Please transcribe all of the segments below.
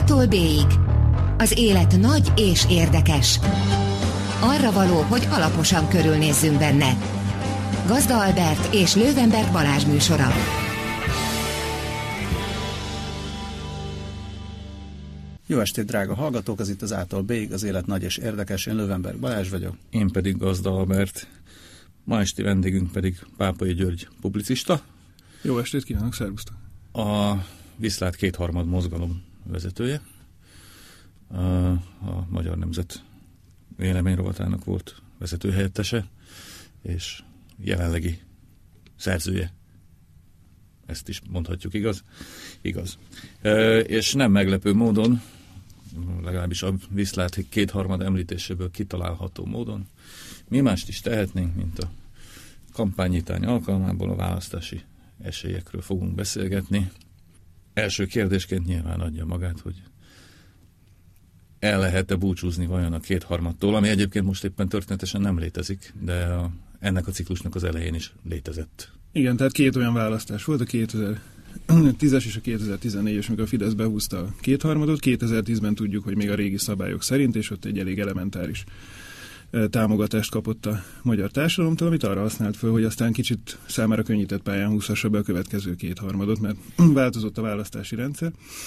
A-tól B-ig. Az élet nagy és érdekes. Arra való, hogy alaposan körülnézzünk benne. Gazda Albert és Löwenberg Balázs műsora. Jó estét, drága hallgatók! Ez itt az A-tól B-ig, az élet nagy és érdekes. Én Löwenberg Balázs vagyok. Én pedig Gazda Albert. Ma esti vendégünk pedig Pápai György publicista. Jó estét kívánok, szervusztok! A Viszlát kétharmad mozgalom vezetője. A Magyar Nemzet véleményrovatának volt vezetőhelyettese, és jelenlegi szerzője. Ezt is mondhatjuk, igaz? Igaz. És nem meglepő módon, legalábbis a Viszlát kétharmad említéséből kitalálható módon, mi mást is tehetnénk, mint a kampánynyitány alkalmából a választási esélyekről fogunk beszélgetni. Első kérdésként nyilván adja magát, hogy el lehet-e búcsúzni vajon a kétharmadtól, ami egyébként most éppen történetesen nem létezik, de ennek a ciklusnak az elején is létezett. Igen, tehát két olyan választás volt, a 2010-es és a 2014-es, amikor a Fidesz behúzta a kétharmadot. 2010-ben tudjuk, hogy még a régi szabályok szerint, és ott egy elég elementáris támogatást kapott a magyar társadalomtól, amit arra használt föl, hogy aztán kicsit számára könnyített pályán húzhassa be a következő kétharmadot, mert változott a választási rendszer.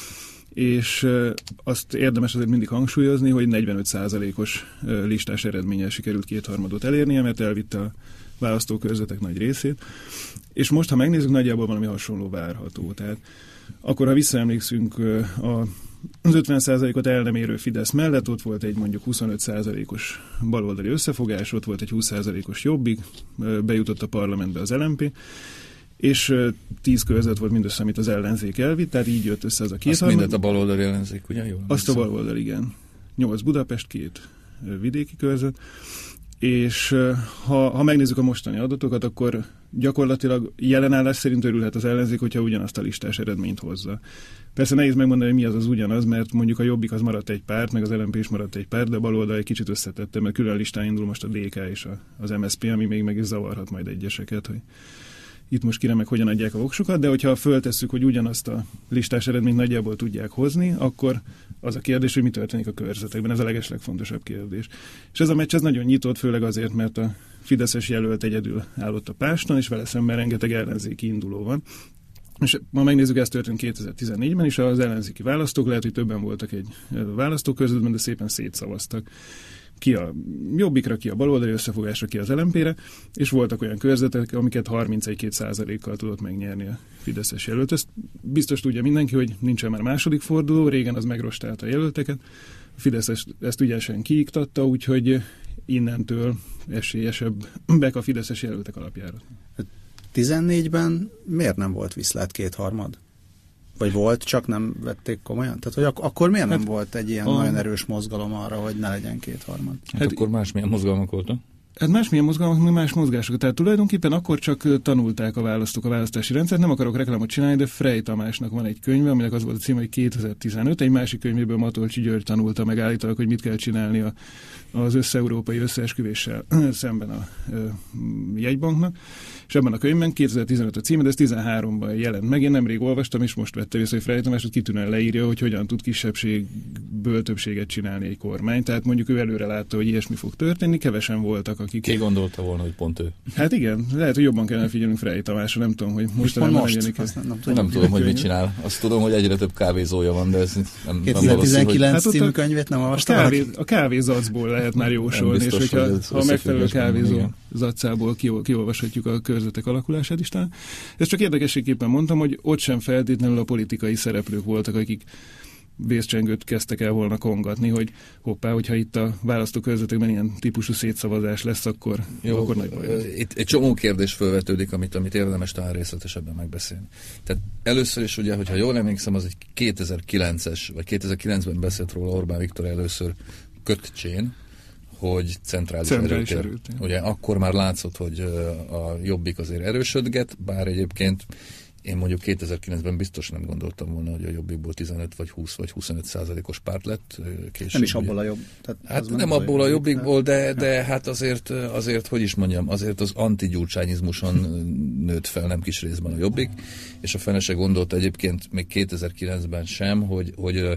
És azt érdemes azért mindig hangsúlyozni, hogy 45%-os listás eredménnyel sikerült kétharmadot elérnie, mert elvitte a választókörzetek nagy részét. És most, ha megnézzük, nagyjából valami hasonló várható. Tehát akkor, ha visszaemlékszünk az 50%-ot el nem érő Fidesz mellett, ott volt egy mondjuk 25%-os baloldali összefogás, ott volt egy 20%-os Jobbik, bejutott a parlamentbe az LMP, és 10 körzet volt mindössze, amit az ellenzék elvitt, tehát így jött össze ez a kétharmad. Azt mindent a baloldali ellenzék, ugye? Jól azt a baloldal, igen. 8 Budapest, 2 vidéki körzet, és ha megnézzük a mostani adatokat, akkor gyakorlatilag jelenállás szerint örülhet az ellenzék, hogyha ugyanazt a listás eredményt hozza. Persze nehéz megmondani, hogy mi az ugyanaz, mert mondjuk a Jobbik az maradt egy párt, meg az LMP is maradt egy párt, de a baloldal egy kicsit összetette, mert külön listán indul most a DK és az MSZP, ami még meg is zavarhat majd egyeseket, hogy itt most kire meg hogyan adják a voksukat, de hogyha föltesszük, hogy ugyanazt a listás eredményt nagyjából tudják hozni, akkor az a kérdés, hogy mi történik a körzetekben. Ez a legeslegfontosabb kérdés. És ez a meccs ez nagyon nyitott, főleg azért, mert a fideszes jelölt egyedül állott a páston, és vele szemben rengeteg ellenzéki induló van. És ma megnézzük, ez történt 2014-ben is, az ellenzéki választók, lehet, hogy többen voltak egy választókörzetben, de szépen szétszavaztak. Ki a Jobbikra, ki a baloldali összefogásra, ki az LMP-re, és voltak olyan körzetek, amiket 31-2%-kal tudott megnyerni a fideszes jelölt. Ezt biztos tudja mindenki, hogy nincsen már második forduló, régen az megrostálta a jelölteket, a Fidesz ezt ügyesen kiiktatta, úgyhogy innentől esélyesebbek a fideszes jelöltek alapjára. 14-ben miért nem volt Viszlát kétharmad? Vagy volt, csak nem vették komolyan? Tehát, hogy akkor miért nem volt egy ilyen nagyon erős mozgalom arra, hogy ne legyen kétharmad? Hát akkor másmilyen mozgalmak voltak? Hát másmilyen mozgalmak, még más mozgások. Tehát tulajdonképpen akkor csak tanulták a választók a választási rendszert. Nem akarok reklámot csinálni, de Frey Tamásnak van egy könyve, aminek az volt a címe, hogy 2015. Egy másik könyvéből Matolcsy György tanulta meg állítólag, hogy mit kell csinálni az összeurópai összeesküvéssel szemben a jegybanknak. És ebben a könyvben 2015 a címe, de ez 13-ban jelent meg. Én nemrég olvastam, és most vettem észre, hogy Frey Tamás kitűnően leírja, hogy hogyan tud kisebbségből többséget csinálni egy kormány. Tehát mondjuk ő előre látta, hogy ilyesmi fog történni, kevesen voltak, akik... Ki gondolta volna, hogy pont ő? Hát igen, lehet, hogy jobban kellene figyelnünk Frey Tamásra, nem tudom, hogy most nem tudom, hogy mit csinál. Azt tudom, hogy egyre több kávézója van, de ez nem 2019 hogy... című könyvét nem olvastam. A kávézacból lehet már jósolni, és hogyha a megfelelő kávézó zacából kiolvashatjuk a körzetek alakulását is talán. Ezt csak érdekességképpen mondtam, hogy ott sem feltétlenül a politikai szereplők voltak, akik vészcsengőt kezdtek el volna kongatni, hogy hoppá, hogyha itt a választókörzetekben ilyen típusú szétszavazás lesz, akkor nagy baj lesz. Itt egy csomó kérdés felvetődik, amit érdemes talán részletesebben megbeszélni. Tehát először is ugye, hogyha jól emlékszem, az egy 2009-es, vagy 2009-ben beszélt róla Orbán Viktor először kötcsén, hogy centrális erőtér. Ugye akkor már látszott, hogy a Jobbik azért erősödget, bár egyébként én mondjuk 2009-ben biztos nem gondoltam volna, hogy a Jobbikból 15 vagy 20 vagy 25%-os párt lett. Később. Nem is abból a jobb. Hát nem abból a Jobbikból, de hát azért, hogy is mondjam, azért az antigyurcsányizmuson nőtt fel nem kis részben a Jobbik, és a fene se gondolta egyébként még 2009-ben sem, hogy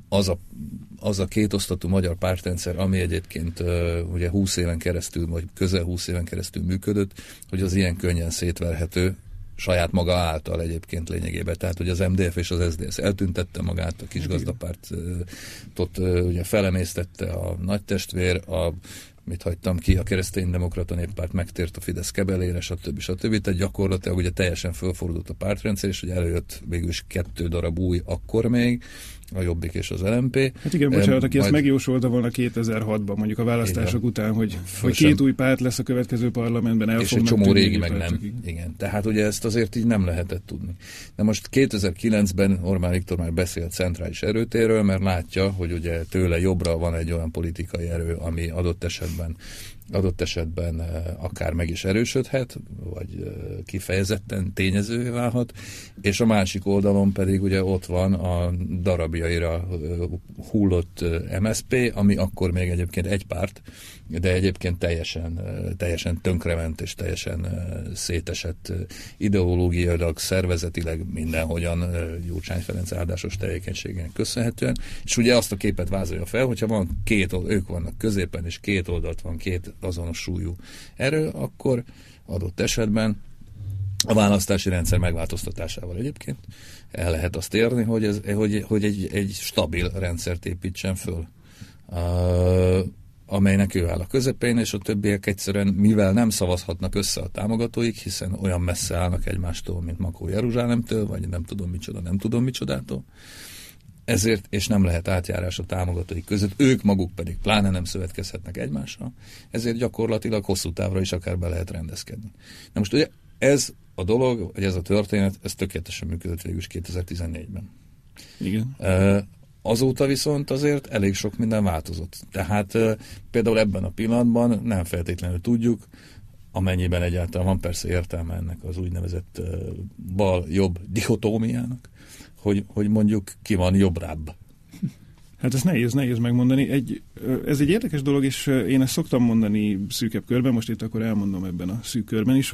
az a kétosztatú magyar pártrendszer, ami egyébként ugye 20 éven keresztül, vagy közel 20 éven keresztül működött, hogy az ilyen könnyen szétverhető saját maga által egyébként lényegében. Tehát, hogy az MDF és az SZDSZ eltüntette magát, a kisgazdapártot ugye felemésztette a nagytestvér, mit hagytam ki, a Kereszténydemokrata Néppárt megtért a Fidesz kebelére, stb. Tehát gyakorlatilag ugye teljesen fölfordult a pártrendszer, és ugye előjött végül is 2 darab új akkor még, a Jobbik és az LMP. Hát igen, bocsánat, aki ezt megjósolta volna 2006-ban, mondjuk a választások után, hogy 2 új párt lesz a következő parlamentben, el és fognak egy csomó tűnni, régi meg nem. Igen. Tehát ugye ezt azért így nem lehetett tudni. De most 2009-ben Orbán Viktor már beszélt centrális erőtérről, mert látja, hogy ugye tőle jobbra van egy olyan politikai erő, ami adott esetben akár meg is erősödhet, vagy kifejezetten tényezővé válhat, és a másik oldalon pedig ugye ott van a darabjaira hullott MSZP, ami akkor még egyébként egy párt, de egyébként teljesen tönkrement és teljesen szétesett ideológiailag, szervezetileg mindenhogyan Gyurcsány Ferenc áldásos tevékenységének köszönhetően, és ugye azt a képet vázolja fel, hogyha van ők vannak középen, és 2 oldalt van 2 azonos súlyú erő, akkor adott esetben a választási rendszer megváltoztatásával egyébként el lehet azt érni, hogy egy stabil rendszert építsen föl, amelynek ő áll a közepén, és a többiek egyszerűen, mivel nem szavazhatnak össze a támogatóik, hiszen olyan messze állnak egymástól, mint Makó Jeruzsálemtől, vagy nem tudom micsodától, ezért, és nem lehet átjárás a támogatóik között, ők maguk pedig pláne nem szövetkezhetnek egymással, ezért gyakorlatilag hosszú távra is akár be lehet rendezkedni. Na most ugye ez a dolog, vagy ez a történet, ez tökéletesen működött végül is 2014-ben. Igen. Azóta viszont azért elég sok minden változott. Tehát például ebben a pillanatban nem feltétlenül tudjuk, amennyiben egyáltalán van persze értelme ennek az úgynevezett bal-jobb dihotómiának, hogy mondjuk ki van jobbrább. Hát ez nehéz megmondani. Ez egy érdekes dolog, és én ezt szoktam mondani szűkebb körben, most itt akkor elmondom ebben a szűk körben is,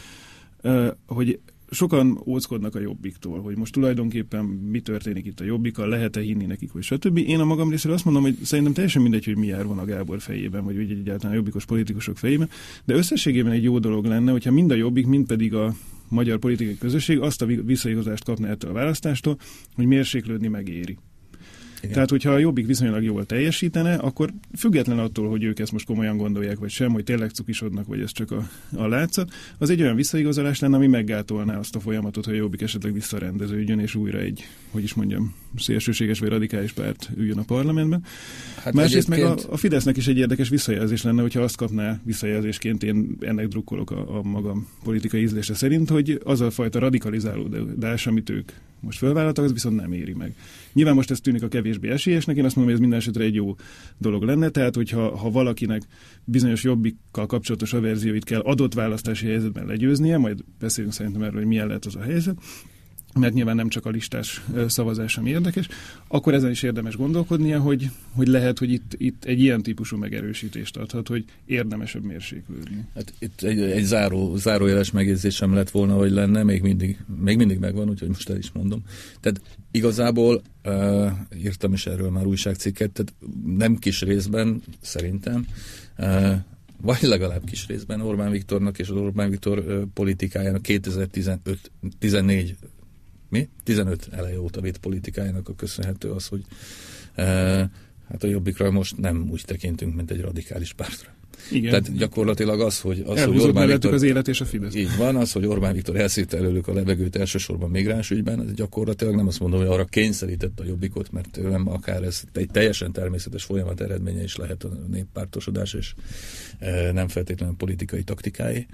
hogy sokan óckodnak a Jobbiktól, hogy most tulajdonképpen mi történik itt a Jobbikkal, lehet-e hinni nekik, vagy stb. Én a magam részéről azt mondom, hogy szerintem teljesen mindegy, hogy mi jár van a Gábor fejében, vagy egyáltalán a jobbikos politikusok fejében, de összességében egy jó dolog lenne, hogyha mind a Jobbik, mind pedig a magyar politikai közösség azt a visszaigazást kapna ettől a választástól, hogy mérséklődni megéri. Igen. Tehát, hogyha a Jobbik viszonylag jól teljesítene, akkor független attól, hogy ők ezt most komolyan gondolják, vagy sem, hogy tényleg cukisodnak, vagy ez csak a látszat, az egy olyan visszaigazolás lenne, ami meggátolná azt a folyamatot, hogy a Jobbik esetleg visszarendeződjön, és újra egy, szélsőséges vagy radikális párt üljön a parlamentben. Hát másrészt egyébként... meg a Fidesznek is egy érdekes visszajelzés lenne, hogyha azt kapná visszajelzésként, én ennek drukkolok a magam politikai ízlése szerint, hogy az a fajta radikalizálódás, amit ők most fölvállaltak, az viszont nem éri meg. Nyilván most ez tűnik a kevésbé esélyesnek, én azt mondom, hogy ez minden esetre egy jó dolog lenne, tehát hogyha valakinek bizonyos Jobbikkal kapcsolatos averzióit kell adott választási helyzetben legyőznie, majd beszélünk szerintem erről, hogy milyen lehet az a helyzet, mert nyilván nem csak a listás szavazás, ami érdekes, akkor ezen is érdemes gondolkodnia, hogy lehet, hogy itt egy ilyen típusú megerősítést adhat, hogy érdemesebb mérséklődni. Hát itt egy zárójeles megjegyzésem lett volna, hogy lenne, még mindig megvan, úgyhogy most el is mondom. Tehát igazából írtam is erről már újságcikket, tehát nem kis részben szerintem, vagy legalább kis részben Orbán Viktornak és az Orbán Viktor politikájának 2014 eleje óta vitt politikájának a köszönhető az, hogy hát a Jobbikra most nem úgy tekintünk, mint egy radikális pártra. Igen. Tehát gyakorlatilag az, hogy Orbán Viktor... az élet és a Fidesz. Így van, az, hogy Orbán Viktor elszívta előlük a levegőt elsősorban migráns ügyben, ez gyakorlatilag nem azt mondom, hogy arra kényszerítette a Jobbikot, mert tőlem akár ez egy teljesen természetes folyamat eredménye is lehet a néppártosodás, és nem feltétlenül politikai taktikáé.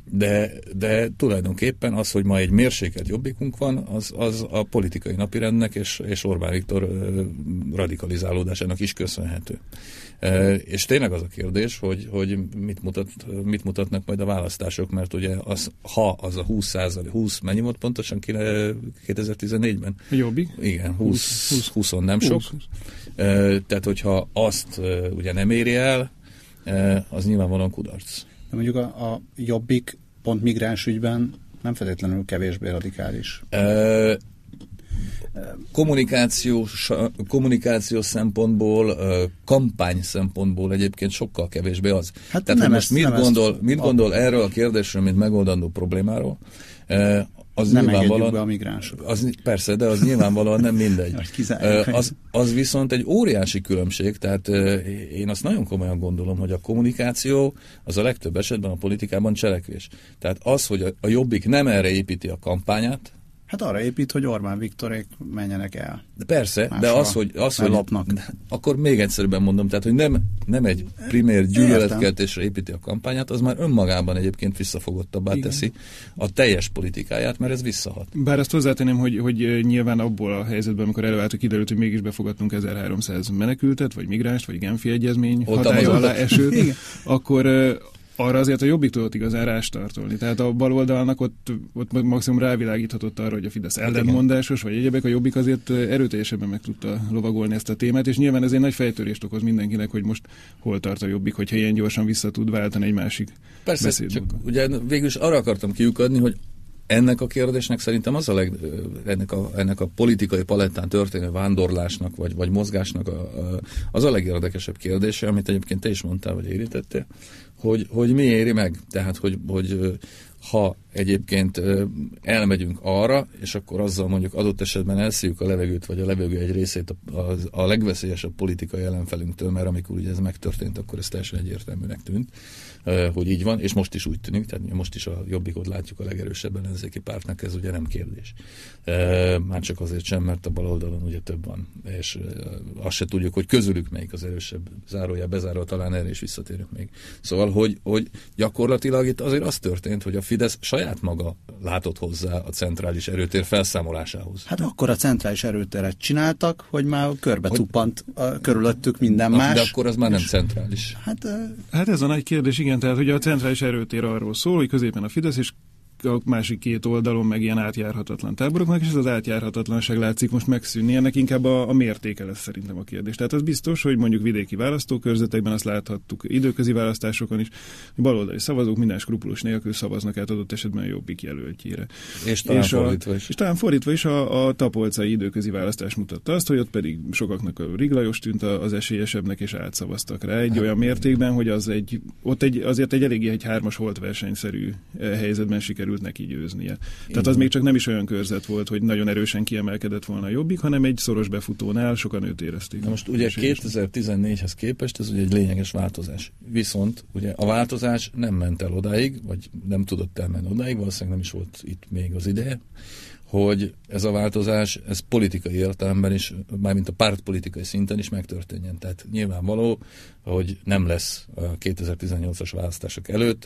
De tulajdonképpen az, hogy ma egy mérsékelt Jobbikunk van, az a politikai napirendnek és Orbán Viktor radikalizálódásának is köszönhető. És tényleg az a kérdés, hogy mit mutatnak majd a választások, mert ugye ha az a 20%, mennyi volt pontosan 2014-ben? A Jobbik? Igen, 20 nem sok. 20. Tehát, hogyha azt ugye nem éri el, az nyilvánvalóan kudarc. De mondjuk a Jobbik pont migráns ügyben nem feltétlenül kevésbé radikális. kommunikációs szempontból, kampány szempontból egyébként sokkal kevésbé az. Hát tehát most mit gondol erről a kérdésről, mint megoldandó problémáról? Az nem engedjük be a migránsokat. Persze, de az nyilvánvalóan nem mindegy. Az viszont egy óriási különbség, tehát én azt nagyon komolyan gondolom, hogy a kommunikáció az a legtöbb esetben a politikában cselekvés. Tehát az, hogy a Jobbik nem erre építi a kampányát. Hát arra épít, hogy Orbán Viktorék menjenek el. De persze, de hogy lopnak. Akkor még egyszerűbben mondom, tehát, hogy nem egy primér gyűlöletkeltésre építi a kampányát, az már önmagában egyébként visszafogottabbá teszi a teljes politikáját, mert ez visszahat. Bár azt hozzátenném, hogy nyilván abból a helyzetben, amikor előállt, hogy kiderült, hogy mégis befogadtunk 1300 menekültet, vagy migránst, vagy Genfi egyezmény hatálya alá esőt, akkor arra azért a Jobbik tudott igazán rástartolni. Tehát a baloldalnak ott maximum rávilágíthatott arra, hogy a Fidesz ellentmondásos, vagy egyebek, a Jobbik azért erőteljesebben meg tudta lovagolni ezt a témát, és nyilván ez egy nagy fejtörést okoz mindenkinek, hogy most hol tart a Jobbik, hogyha ilyen gyorsan vissza tud váltani egy másik beszédmódba. Csak ugye végül is arra akartam kiukadni, hogy ennek a kérdésnek szerintem ennek a politikai palettán történő vándorlásnak, vagy mozgásnak az a legérdekesebb kérdése, amit egyébként te is mondtál, vagy érintettél, hogy mi éri meg. Tehát, hogy ha egyébként elmegyünk arra, és akkor azzal mondjuk adott esetben elszívjuk a levegőt, vagy a levegő egy részét a legveszélyesebb politikai ellenfelünktől, mert amikor ugye ez megtörtént, akkor ez teljesen egyértelműnek tűnt, hogy így van, és most is úgy tűnik, tehát most is a Jobbikot látjuk a legerősebb ellenzéki pártnak, ez ugye nem kérdés. Már csak azért sem, mert a baloldalon ugye több van, és azt se tudjuk, hogy közülük melyik az erősebb, zárójel bezárva, talán erre is visszatérünk még. Szóval, hogy gyakorlatilag itt azért az történt, hogy a Fidesz saját maga látott hozzá a centrális erőtér felszámolásához. Hát akkor a centrális erőtéret csináltak, hogy már körbe cuppant körülöttük minden más. De akkor az már nem centrális. Hát ez a nagy kérdés, igen, tehát ugye a centrális erőtér arról szól, hogy középen a Fidesz, és a másik két oldalon meg ilyen átjárhatatlan táboroknak, és ez az átjárhatatlanság látszik most megszűnni. Ennek inkább a mértéke lesz szerintem a kérdés. Tehát az biztos, hogy mondjuk vidéki választókörzetekben azt láthattuk időközi választásokon is, hogy baloldali szavazók minden skrupulus nélkül szavaznak át adott esetben a Jobbik jelöltjére. És talán fordítva is. És talán fordítva is a tapolcai időközi választás mutatta azt, hogy ott pedig sokaknak a Rig Lajos tűnt az esélyesebbnek, és átszavaztak rá egy olyan mértékben, hogy azért egy eléggé egy hármas holtversenyszerű helyzetben sikerült neki győznie. Tehát az még csak nem is olyan körzet volt, hogy nagyon erősen kiemelkedett volna a Jobbik, hanem egy szoros befutónál sokan őt érezték. Na most ugye 2014-hez képest ez ugye egy lényeges változás. Viszont ugye a változás nem ment el odáig, vagy nem tudott elmenni odáig, valószínűleg nem is volt itt még az ideje, hogy ez a változás, ez politikai értelemben is, mármint a pártpolitikai szinten is megtörténjen. Tehát nyilvánvaló, hogy nem lesz a 2018-as választások előtt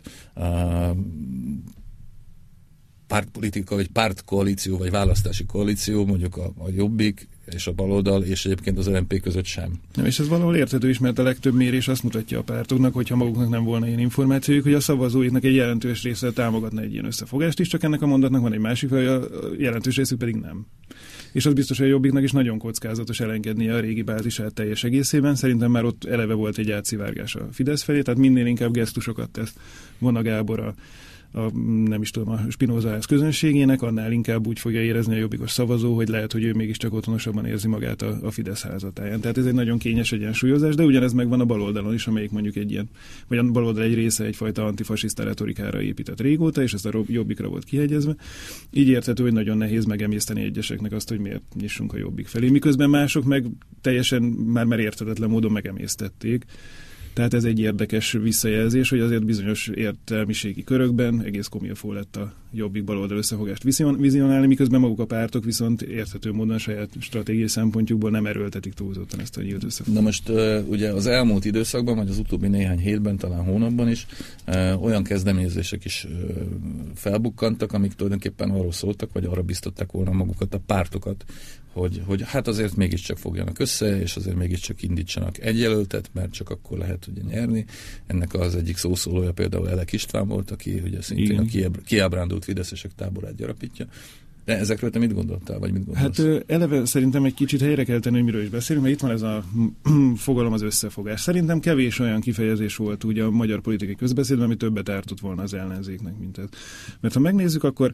pártpolitika, vagy pártkoalíció, vagy választási koalíció, mondjuk a Jobbik és a baloldal, és egyébként az LMP között sem. És ez valahol érthető is, mert a legtöbb mérés azt mutatja a pártoknak, hogyha maguknak nem volna ilyen információjuk, hogy a szavazóiknak egy jelentős része támogatna egy ilyen összefogást is, csak ennek a mondatnak van egy másik, hogy a jelentős részük pedig nem. És az biztos, hogy a Jobbiknak is nagyon kockázatos elengednie a régi bázisát teljes egészében. Szerintem már ott eleve volt egy átszivárgás a Fidesz felé, tehát minél inkább gesztusokat tesz Vona Gábor nem is tudom, a Spinoza-ház közönségének, annál inkább úgy fogja érezni a jobbikos szavazó, hogy lehet, hogy ő mégiscsak otthonosabban érzi magát a Fidesz házatáján. Tehát ez egy nagyon kényes egyensúlyozás, de ugyanez megvan a baloldalon is, amelyik mondjuk egy ilyen, vagy a baloldal egy része egyfajta antifasiszta retorikára épített régóta, és ez a Jobbikra volt kihegyezve. Így érthető, hogy nagyon nehéz megemészteni egyeseknek azt, hogy miért nyissunk a Jobbik felé. Miközben mások meg teljesen már érthetetlen módon megemésztették. Tehát ez egy érdekes visszajelzés, hogy azért bizonyos értelmiségi körökben egész komilfó lett a Jobbik baloldal összefogást vizionálni, miközben maguk a pártok viszont érthető módon saját stratégiai szempontjukból nem erőltetik túlzottan ezt a nyílt összefogást. Na most ugye az elmúlt időszakban, vagy az utóbbi néhány hétben, talán hónapban is olyan kezdeményezések is felbukkantak, amik tulajdonképpen arról szóltak, vagy arra biztatták volna magukat a pártokat, hogy hát azért mégiscsak fogjanak össze, és azért mégiscsak indítsanak egy jelöltet, mert csak akkor lehet ugye nyerni. Ennek az egyik szószólója például Elek István volt, aki ugye szintén a kiábrándult fideszesek táborát gyarapítja. De ezekről te mit gondoltál, vagy mit gondolsz? Hát eleve szerintem egy kicsit helyre kell tenni, hogy miről is beszélünk, mert itt van ez a fogalom, az összefogás. Szerintem kevés olyan kifejezés volt ugye a magyar politikai közbeszédben, ami többet ártott volna az ellenzéknek, mint ez. Mert ha megnézzük, akkor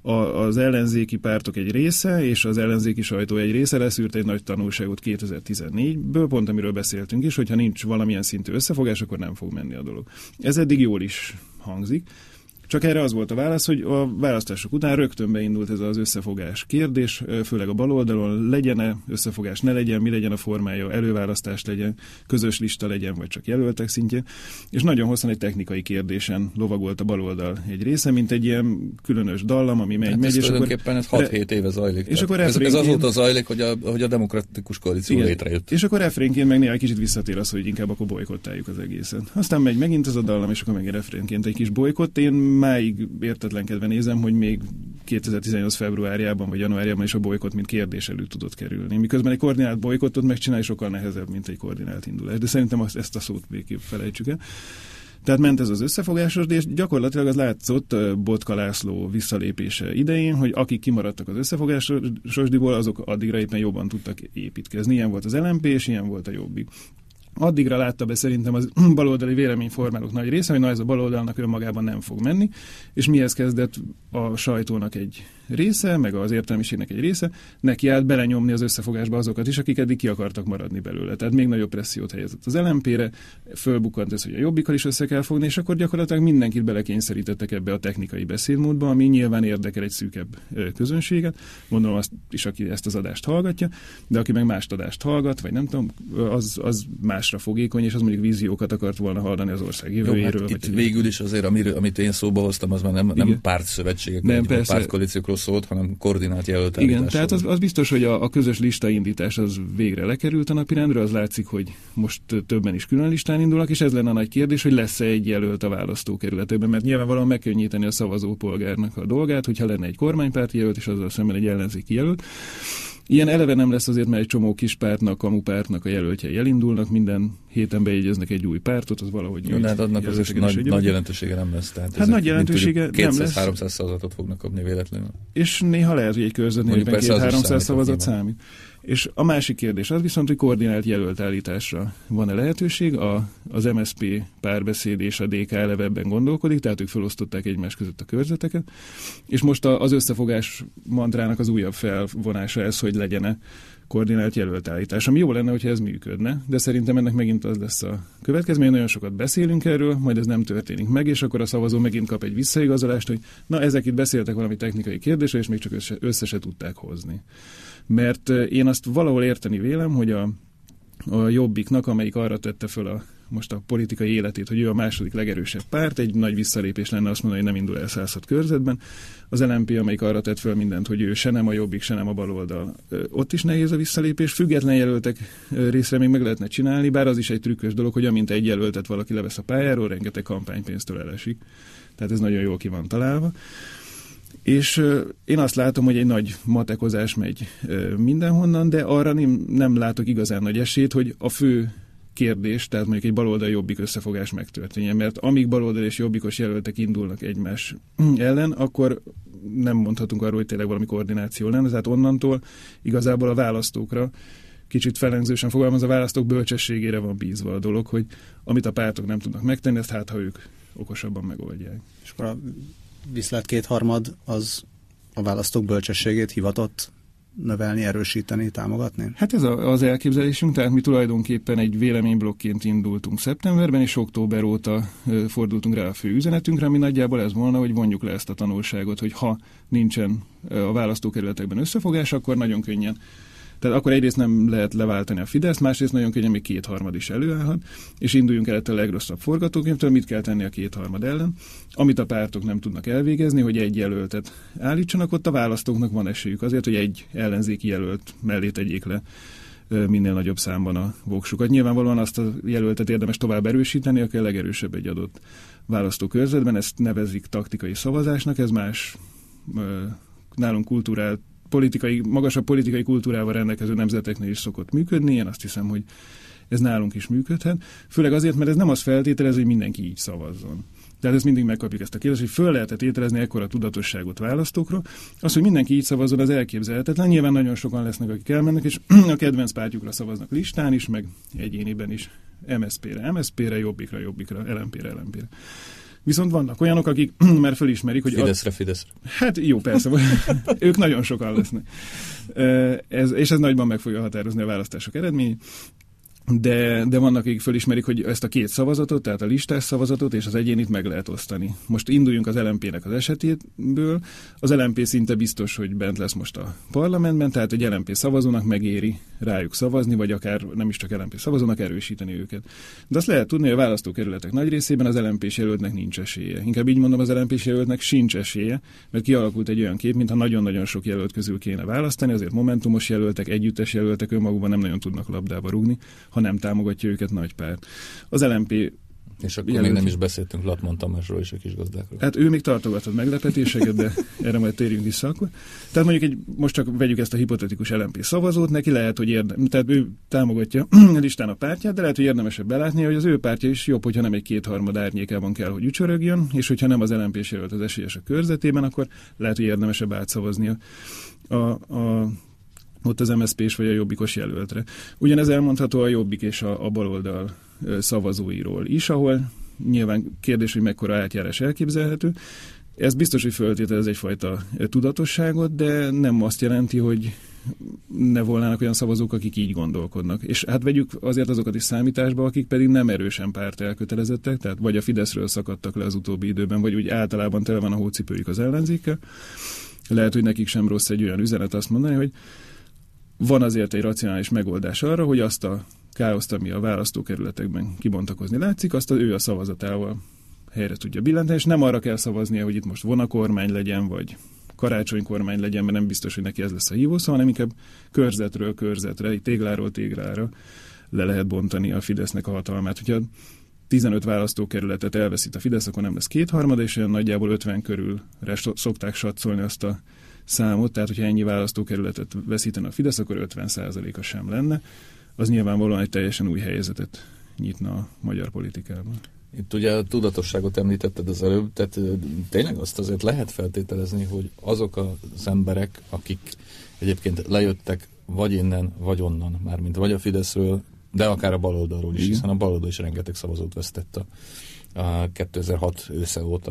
az ellenzéki pártok egy része, és az ellenzéki sajtó egy része leszűrt egy nagy tanulságot 2014-ből, pont amiről beszéltünk is, hogyha nincs valamilyen szintű összefogás, akkor nem fog menni a dolog. Ez eddig jól is hangzik. Csak erre az volt a válasz, hogy a választások után rögtön beindult ez az összefogás kérdés, főleg a baloldalon, legyen-e összefogás, ne legyen, mi legyen a formája, előválasztás legyen, közös lista legyen, vagy csak jelöltek szintjén. És nagyon hosszan egy technikai kérdésen lovagolt a baloldal egy része, mint egy ilyen különös dallam, ami megy. Ez tulajdonképpen ez 6-7 éve zajlik. És akkor ez azóta zajlik, hogy a demokratikus koalíció létrejött. És akkor refrénként meg néha kicsit visszatér az, hogy inkább akkor bojkottáljuk az egészet. Aztán megy megint ez a dallam, és akkor meg refrénként egy kis bojkott. Én máig értetlenkedve nézem, hogy még 2018 februárjában vagy januárjában is a bolykott mint kérdés elő tudott kerülni. Miközben egy koordinált bolykottot megcsinálni sokkal nehezebb, mint egy koordinált indulás. De szerintem ezt a szót végképp felejtsük el. Tehát ment ez az összefogásos, és gyakorlatilag az látszott Botka László visszalépése idején, hogy akik kimaradtak az összefogásosdiból, azok addigra éppen jobban tudtak építkezni. Ilyen volt az LMP, és ilyen volt a Jobbik. Addigra látta be szerintem az baloldali véleményformálók nagy része, hogy na, ez a baloldalnak önmagában nem fog menni, és mihez kezdett a sajtónak egy része, meg az értelmiségnek egy része, neki állt belenyomni az összefogásba azokat is, akik eddig ki akartak maradni belőle. Tehát még nagyobb pressziót helyezett az LMP-re, fölbukkant ez, hogy a Jobbikkal is össze kell fogni, és akkor gyakorlatilag mindenkit belekényszerítettek ebbe a technikai beszédmódba, ami nyilván érdekel egy szűkebb közönséget. Gondolom azt is, aki ezt az adást hallgatja, de aki meg más adást hallgat, vagy nem tudom, az másra fogékony, és az mondjuk víziókat akart volna hallani az ország jövőjéről. Hát itt végül is azért, amit én szóba hoztam, az már nem pártszövetségek, nem pártkoalíciókról szólt, hanem koordinált jelölt állításról. Igen, tehát az biztos, hogy a közös listaindítás az végre lekerült a napirendre, az látszik, hogy most többen is külön listán indulnak, és ez lenne a nagy kérdés, hogy lesz-e egy jelölt a választókerületekben, mert nyilvánvalóan megkönnyíteni a szavazópolgárnak a dolgát, hogyha lenne egy kormánypárti jelölt, és azzal szemben egy ellenzéki jelölt. Ilyen eleve nem lesz azért, mert egy csomó kis pártnak, kamupártnak a jelöltjei elindulnak, minden héten bejegyeznek egy új pártot, az valahogy... Jó, hát annak az nagy jelentősége nem lesz. Tehát hát nagy jelentősége nem lesz. 200-300 szavazatot fognak kapni véletlenül. És néha lehet, hogy egy körzetnél 200-300 szavazat számít. És a másik kérdés az viszont, hogy koordinált jelölt állításra van-e lehetőség. Az MSZP Párbeszéd és a DK eleve ebben gondolkodik, tehát ők felosztották egymás között a körzeteket. És most az összefogás mantrának az újabb felvonása ez, hogy legyen-e koordinált jelölt állítás. Ami jó lenne, hogyha ez működne, de szerintem ennek megint az lesz a következmény. Nagyon sokat beszélünk erről, majd ez nem történik meg, és akkor a szavazó megint kap egy visszaigazolást, hogy na, ezek itt beszéltek valami technikai kérdésre, és még csak össze se tudták hozni. Mert én azt valahol érteni vélem, hogy a Jobbiknak, amelyik arra tette föl most a politikai életét, hogy ő a második legerősebb párt, egy nagy visszalépés lenne azt mondani, hogy nem indul el 106 körzetben. Az LMP, amelyik arra tett föl mindent, hogy ő se nem a Jobbik, se nem a baloldal. Ott is nehéz a visszalépés. Független jelöltek részre még meg lehetne csinálni, bár az is egy trükkös dolog, hogy amint egy jelöltet valaki levesz a pályáról, rengeteg kampánypénztől elesik. Tehát ez nagyon jól ki van találva. És én azt látom, hogy egy nagy matekozás megy mindenhonnan, de arra nem látok igazán nagy esélyt, hogy a fő kérdés, tehát mondjuk egy baloldal Jobbik összefogás megtörténjen, mert amíg baloldal és jobbikos jelöltek indulnak egymás ellen, akkor nem mondhatunk arról, hogy tényleg valami koordináció lenne, tehát onnantól igazából a választókra, kicsit felengzősen fogalmazva, a választók bölcsességére van bízva a dolog, hogy amit a pártok nem tudnak megtenni, ezt hát ha ők okosabban megoldják. És akkor a viszlát 2/3 az a választók bölcsességét hivatott növelni, erősíteni, támogatni? Hát ez az elképzelésünk, tehát mi tulajdonképpen egy véleményblokként indultunk szeptemberben, és október óta fordultunk rá a fő üzenetünkre, ami nagyjából ez volna, hogy vonjuk le ezt a tanulságot, hogy ha nincsen a választókerületekben összefogás, akkor nagyon könnyen. Tehát akkor egyrészt nem lehet leváltani a Fideszt, másrészt nagyon könnyen még 2/3 is előállhat, és induljunk el ettől a legrosszabb forgatókönyvtől, mit kell tenni a 2/3 ellen. Amit a pártok nem tudnak elvégezni, hogy egy jelöltet állítsanak, ott a választóknak van esélyük azért, hogy egy ellenzéki jelölt mellé tegyék le minél nagyobb számban a voksukat. Nyilvánvalóan azt a jelöltet érdemes tovább erősíteni, aki a legerősebb egy adott választókörzetben, ezt nevezik taktikai szavazásnak, ez más nálunk magasabb politikai kultúrával rendelkező nemzeteknél is szokott működni, én azt hiszem, hogy ez nálunk is működhet. Főleg azért, mert ez nem az feltételez, hogy mindenki így szavazzon. Tehát ezt mindig megkapjuk ezt a kérdést, hogy föl lehet tételezni ekkora tudatosságot választókról. Az, hogy mindenki így szavazzon, az elképzelhetetlen. Nyilván nagyon sokan lesznek, akik elmennek, és a kedvenc pártjukra szavaznak listán is, meg egyéniben is. MSZP-re, Jobbikra, LMP-re. Viszont vannak olyanok, akik már fölismerik, hogy... Fideszre. Hát jó, persze, ők nagyon sokan lesznek. És ez nagyban meg fogja határozni a választások eredményét. De vannak, akik fölismerik, hogy ezt a két szavazatot, tehát a listás szavazatot és az egyénit meg lehet osztani. Most induljunk az LMP-nek az esetéből. Az LMP szinte biztos, hogy bent lesz most a parlamentben, tehát egy LMP szavazónak megéri rájuk szavazni, vagy akár nem is csak LMP szavazónak erősíteni őket. De azt lehet tudni, hogy a választókerületek nagy részében az LMP-s jelöltnek nincs esélye. Inkább így mondom, az LMP-s jelöltnek sincs esélye, mert kialakult egy olyan kép, mintha nagyon-nagyon sok jelölt közül kéne választani, azért momentumos jelöltek, együttes jelöltek önmagukban nem nagyon tudnak labdába rúgni, ha nem támogatja őket nagy párt. Az LMP... És akkor még nem is beszéltünk Latman Tamásról és a kisgazdákról. Hát ő még tartogatott meglepetéseket, de erre majd térjünk vissza akkor. Tehát mondjuk most csak vegyük ezt a hipotetikus LMP szavazót, neki lehet, hogy tehát ő támogatja a listán a pártját, de lehet, hogy érdemesebb belátni, hogy az ő pártja is jobb, hogyha nem egy kétharmad árnyékában kell, hogy ücsörögjön, és hogyha nem az LMP-s jelölt az esélyes a körzetében, akkor lehet, hogy érdemesebb átszavaznia ott az MSZP-s vagy a jobbikos jelöltre. Ugyanez elmondható a jobbik és a baloldal szavazóiról is, ahol nyilván kérdés, hogy mekkora átjárás elképzelhető. Ez biztos, hogy föltételez egyfajta tudatosságot, de nem azt jelenti, hogy ne volnának olyan szavazók, akik így gondolkodnak. És hát vegyük azért azokat is számításba, akik pedig nem erősen párt elkötelezettek, tehát vagy a Fideszről szakadtak le az utóbbi időben, vagy úgy általában tele van a hócipőjük az ellenzékkel. Lehet, hogy nekik sem rossz egy olyan üzenet azt mondani, hogy van azért egy racionális megoldás arra, hogy azt a káoszt, ami a választókerületekben kibontakozni látszik, azt ő a szavazatával helyre tudja billenteni, és nem arra kell szavaznia, hogy itt most vonakormány legyen, vagy karácsonykormány legyen, mert nem biztos, hogy neki ez lesz a hívószó, hanem inkább körzetről körzetre, tégláról téglára le lehet bontani a Fidesznek a hatalmát. Hogyha 15 választókerületet elveszít a Fidesz, akkor nem lesz kétharmada, és olyan nagyjából 50 körülre szokták satszolni azt a számot, tehát hogyha ennyi választókerületet veszítene a Fidesz, akkor 50%-a sem lenne. Az nyilvánvalóan egy teljesen új helyzetet nyitna a magyar politikában. Itt ugye a tudatosságot említetted az előbb, tehát tényleg azt azért lehet feltételezni, hogy azok az emberek, akik egyébként lejöttek vagy innen, vagy onnan, mármint vagy a Fideszről, de akár a baloldalról is, hiszen a baloldal is rengeteg szavazót vesztett a 2006 ősze óta,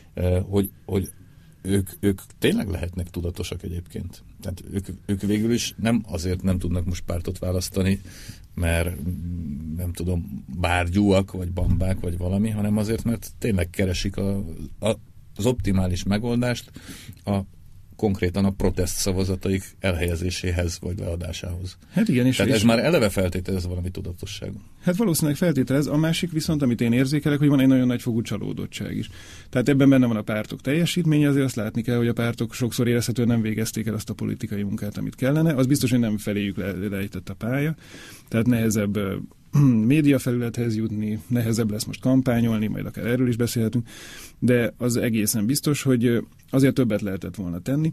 hogy ők tényleg lehetnek tudatosak egyébként. Tehát ők végül is nem azért nem tudnak most pártot választani, mert nem tudom, bárgyúak, vagy bambák, vagy valami, hanem azért, mert tényleg keresik az optimális megoldást konkrétan a protest szavazataik elhelyezéséhez, vagy leadásához. Hát igen, tehát ez már eleve feltételez valami tudatosság. Hát valószínűleg feltételez. A másik viszont, amit én érzékelek, hogy van egy nagyon nagyfokú csalódottság is. Tehát ebben benne van a pártok teljesítménye, azért azt látni kell, hogy a pártok sokszor érezhetően nem végezték el azt a politikai munkát, amit kellene. Az biztos, hogy nem feléjük lejtett a pálya. Tehát nehezebb médiafelülethez jutni, nehezebb lesz most kampányolni, majd akár erről is beszélhetünk, de az egészen biztos, hogy azért többet lehetett volna tenni.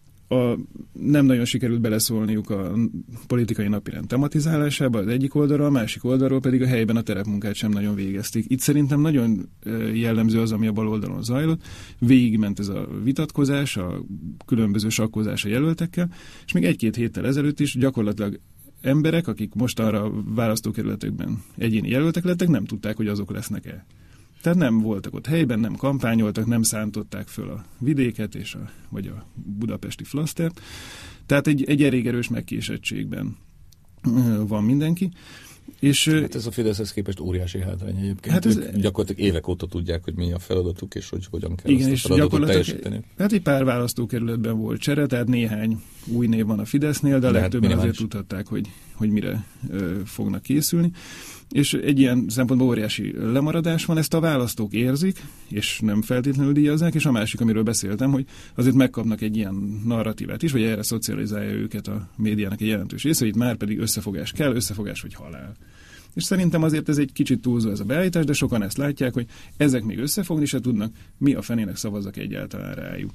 Nem nagyon sikerült beleszólniuk a politikai napirend tematizálásába az egyik oldalról, a másik oldalról pedig a helyben a terepmunkát sem nagyon végezték. Itt szerintem nagyon jellemző az, ami a bal oldalon zajlott. Végigment ez a vitatkozás, a különböző sakkozás a jelöltekkel, és még egy-két héttel ezelőtt is gyakorlatilag emberek, akik most arra a választókerületekben egyéni jelöltek lettek, nem tudták, hogy azok lesznek-e. Tehát nem voltak ott helyben, nem kampányoltak, nem szántották föl a vidéket vagy a budapesti flasztert. Tehát egy elég erős megkésettségben van mindenki. És, hát ez a Fideszhez képest óriási hátrány egyébként. Hát ők gyakorlatilag évek óta tudják, hogy mi a feladatuk, és hogy hogyan kell igen, ezt a feladatot teljesíteni. Hát egy pár választókerületben volt csere, tehát néhány új név van a Fidesznél, de a legtöbben azért tudhatták, hogy mire fognak készülni. És egy ilyen szempontból óriási lemaradás van, ezt a választók érzik, és nem feltétlenül díjazzák, és a másik, amiről beszéltem, hogy azért megkapnak egy ilyen narratívát is, vagy erre szocializálja őket a médiának egy jelentős része, hogy itt már pedig összefogás kell, összefogás vagy halál. És szerintem azért ez egy kicsit túlzó ez a beállítás, de sokan ezt látják, hogy ezek még összefogni se tudnak, mi a fenének szavazzak egyáltalán rájuk.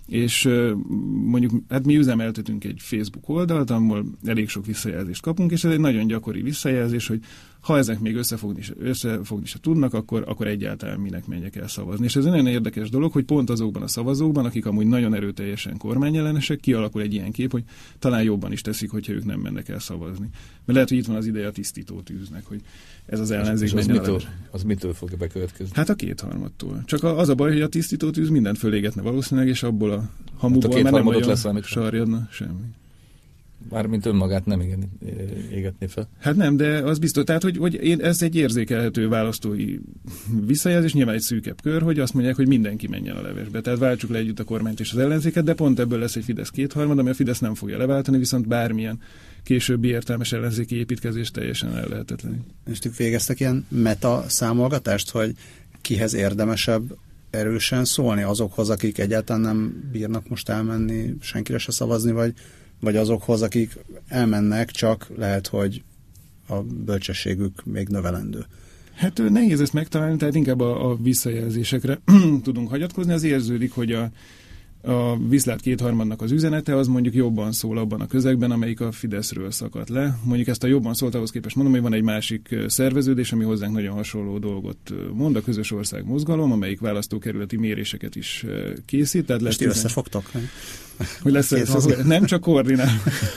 És mondjuk, hát mi üzemeltetünk egy Facebook oldalt, ahol elég sok visszajelzést kapunk, és ez egy nagyon gyakori visszajelzés, hogy ha ezek még összefogni se tudnak, akkor egyáltalán minek menjek el szavazni. És ez egy nagyon érdekes dolog, hogy pont azokban a szavazókban, akik amúgy nagyon erőteljesen kormányellenesek, kialakul egy ilyen kép, hogy talán jobban is teszik, hogyha ők nem mennek el szavazni. Mert lehet, hogy itt van az ideje a tisztító tűznek, hogy ez az ellenzék menjen. Az mitől fog bekövetkezni? Hát a 2/3-tól. Csak az a baj, hogy a tisztító tűz mindent fölégetne valószínűleg, és abból a hamuból már nem olyan sarjadna semmi. Mármint önmagát nem égetné fel. Hát nem, de az biztos, tehát hogy ez egy érzékelhető választói visszajelzés, nyilván egy szűkebb kör, hogy azt mondják, hogy mindenki menjen a levesbe. Tehát váltsuk le együtt a kormányt és az ellenzéket, de pont ebből lesz egy Fidesz 2/3, ami a Fidesz nem fogja leváltani, viszont bármilyen későbbi értelmes ellenzéki építkezés teljesen ellehetetlenül. És ti végeztek ilyen meta számolgatást, hogy kihez érdemesebb erősen szólni, azokhoz, akik egyáltalán nem bírnak most elmenni, senkire se szavazni, vagy azokhoz, akik elmennek, csak lehet, hogy a bölcsességük még növelendő. Hát nehéz ezt megtalálni, tehát inkább a visszajelzésekre tudunk hagyatkozni. Az érződik, hogy a Viszlát 2/3 az üzenete, az mondjuk jobban szól abban a közegben, amelyik a Fideszről szakadt le. Mondjuk ezt a jobban szólt ahhoz képest mondom, hogy van egy másik szerveződés, ami hozzánk nagyon hasonló dolgot mond, a Közös Ország Mozgalom, amelyik választókerületi méréseket is készít. Tehát és ti összefogtok? Hogy nem csak koordinál.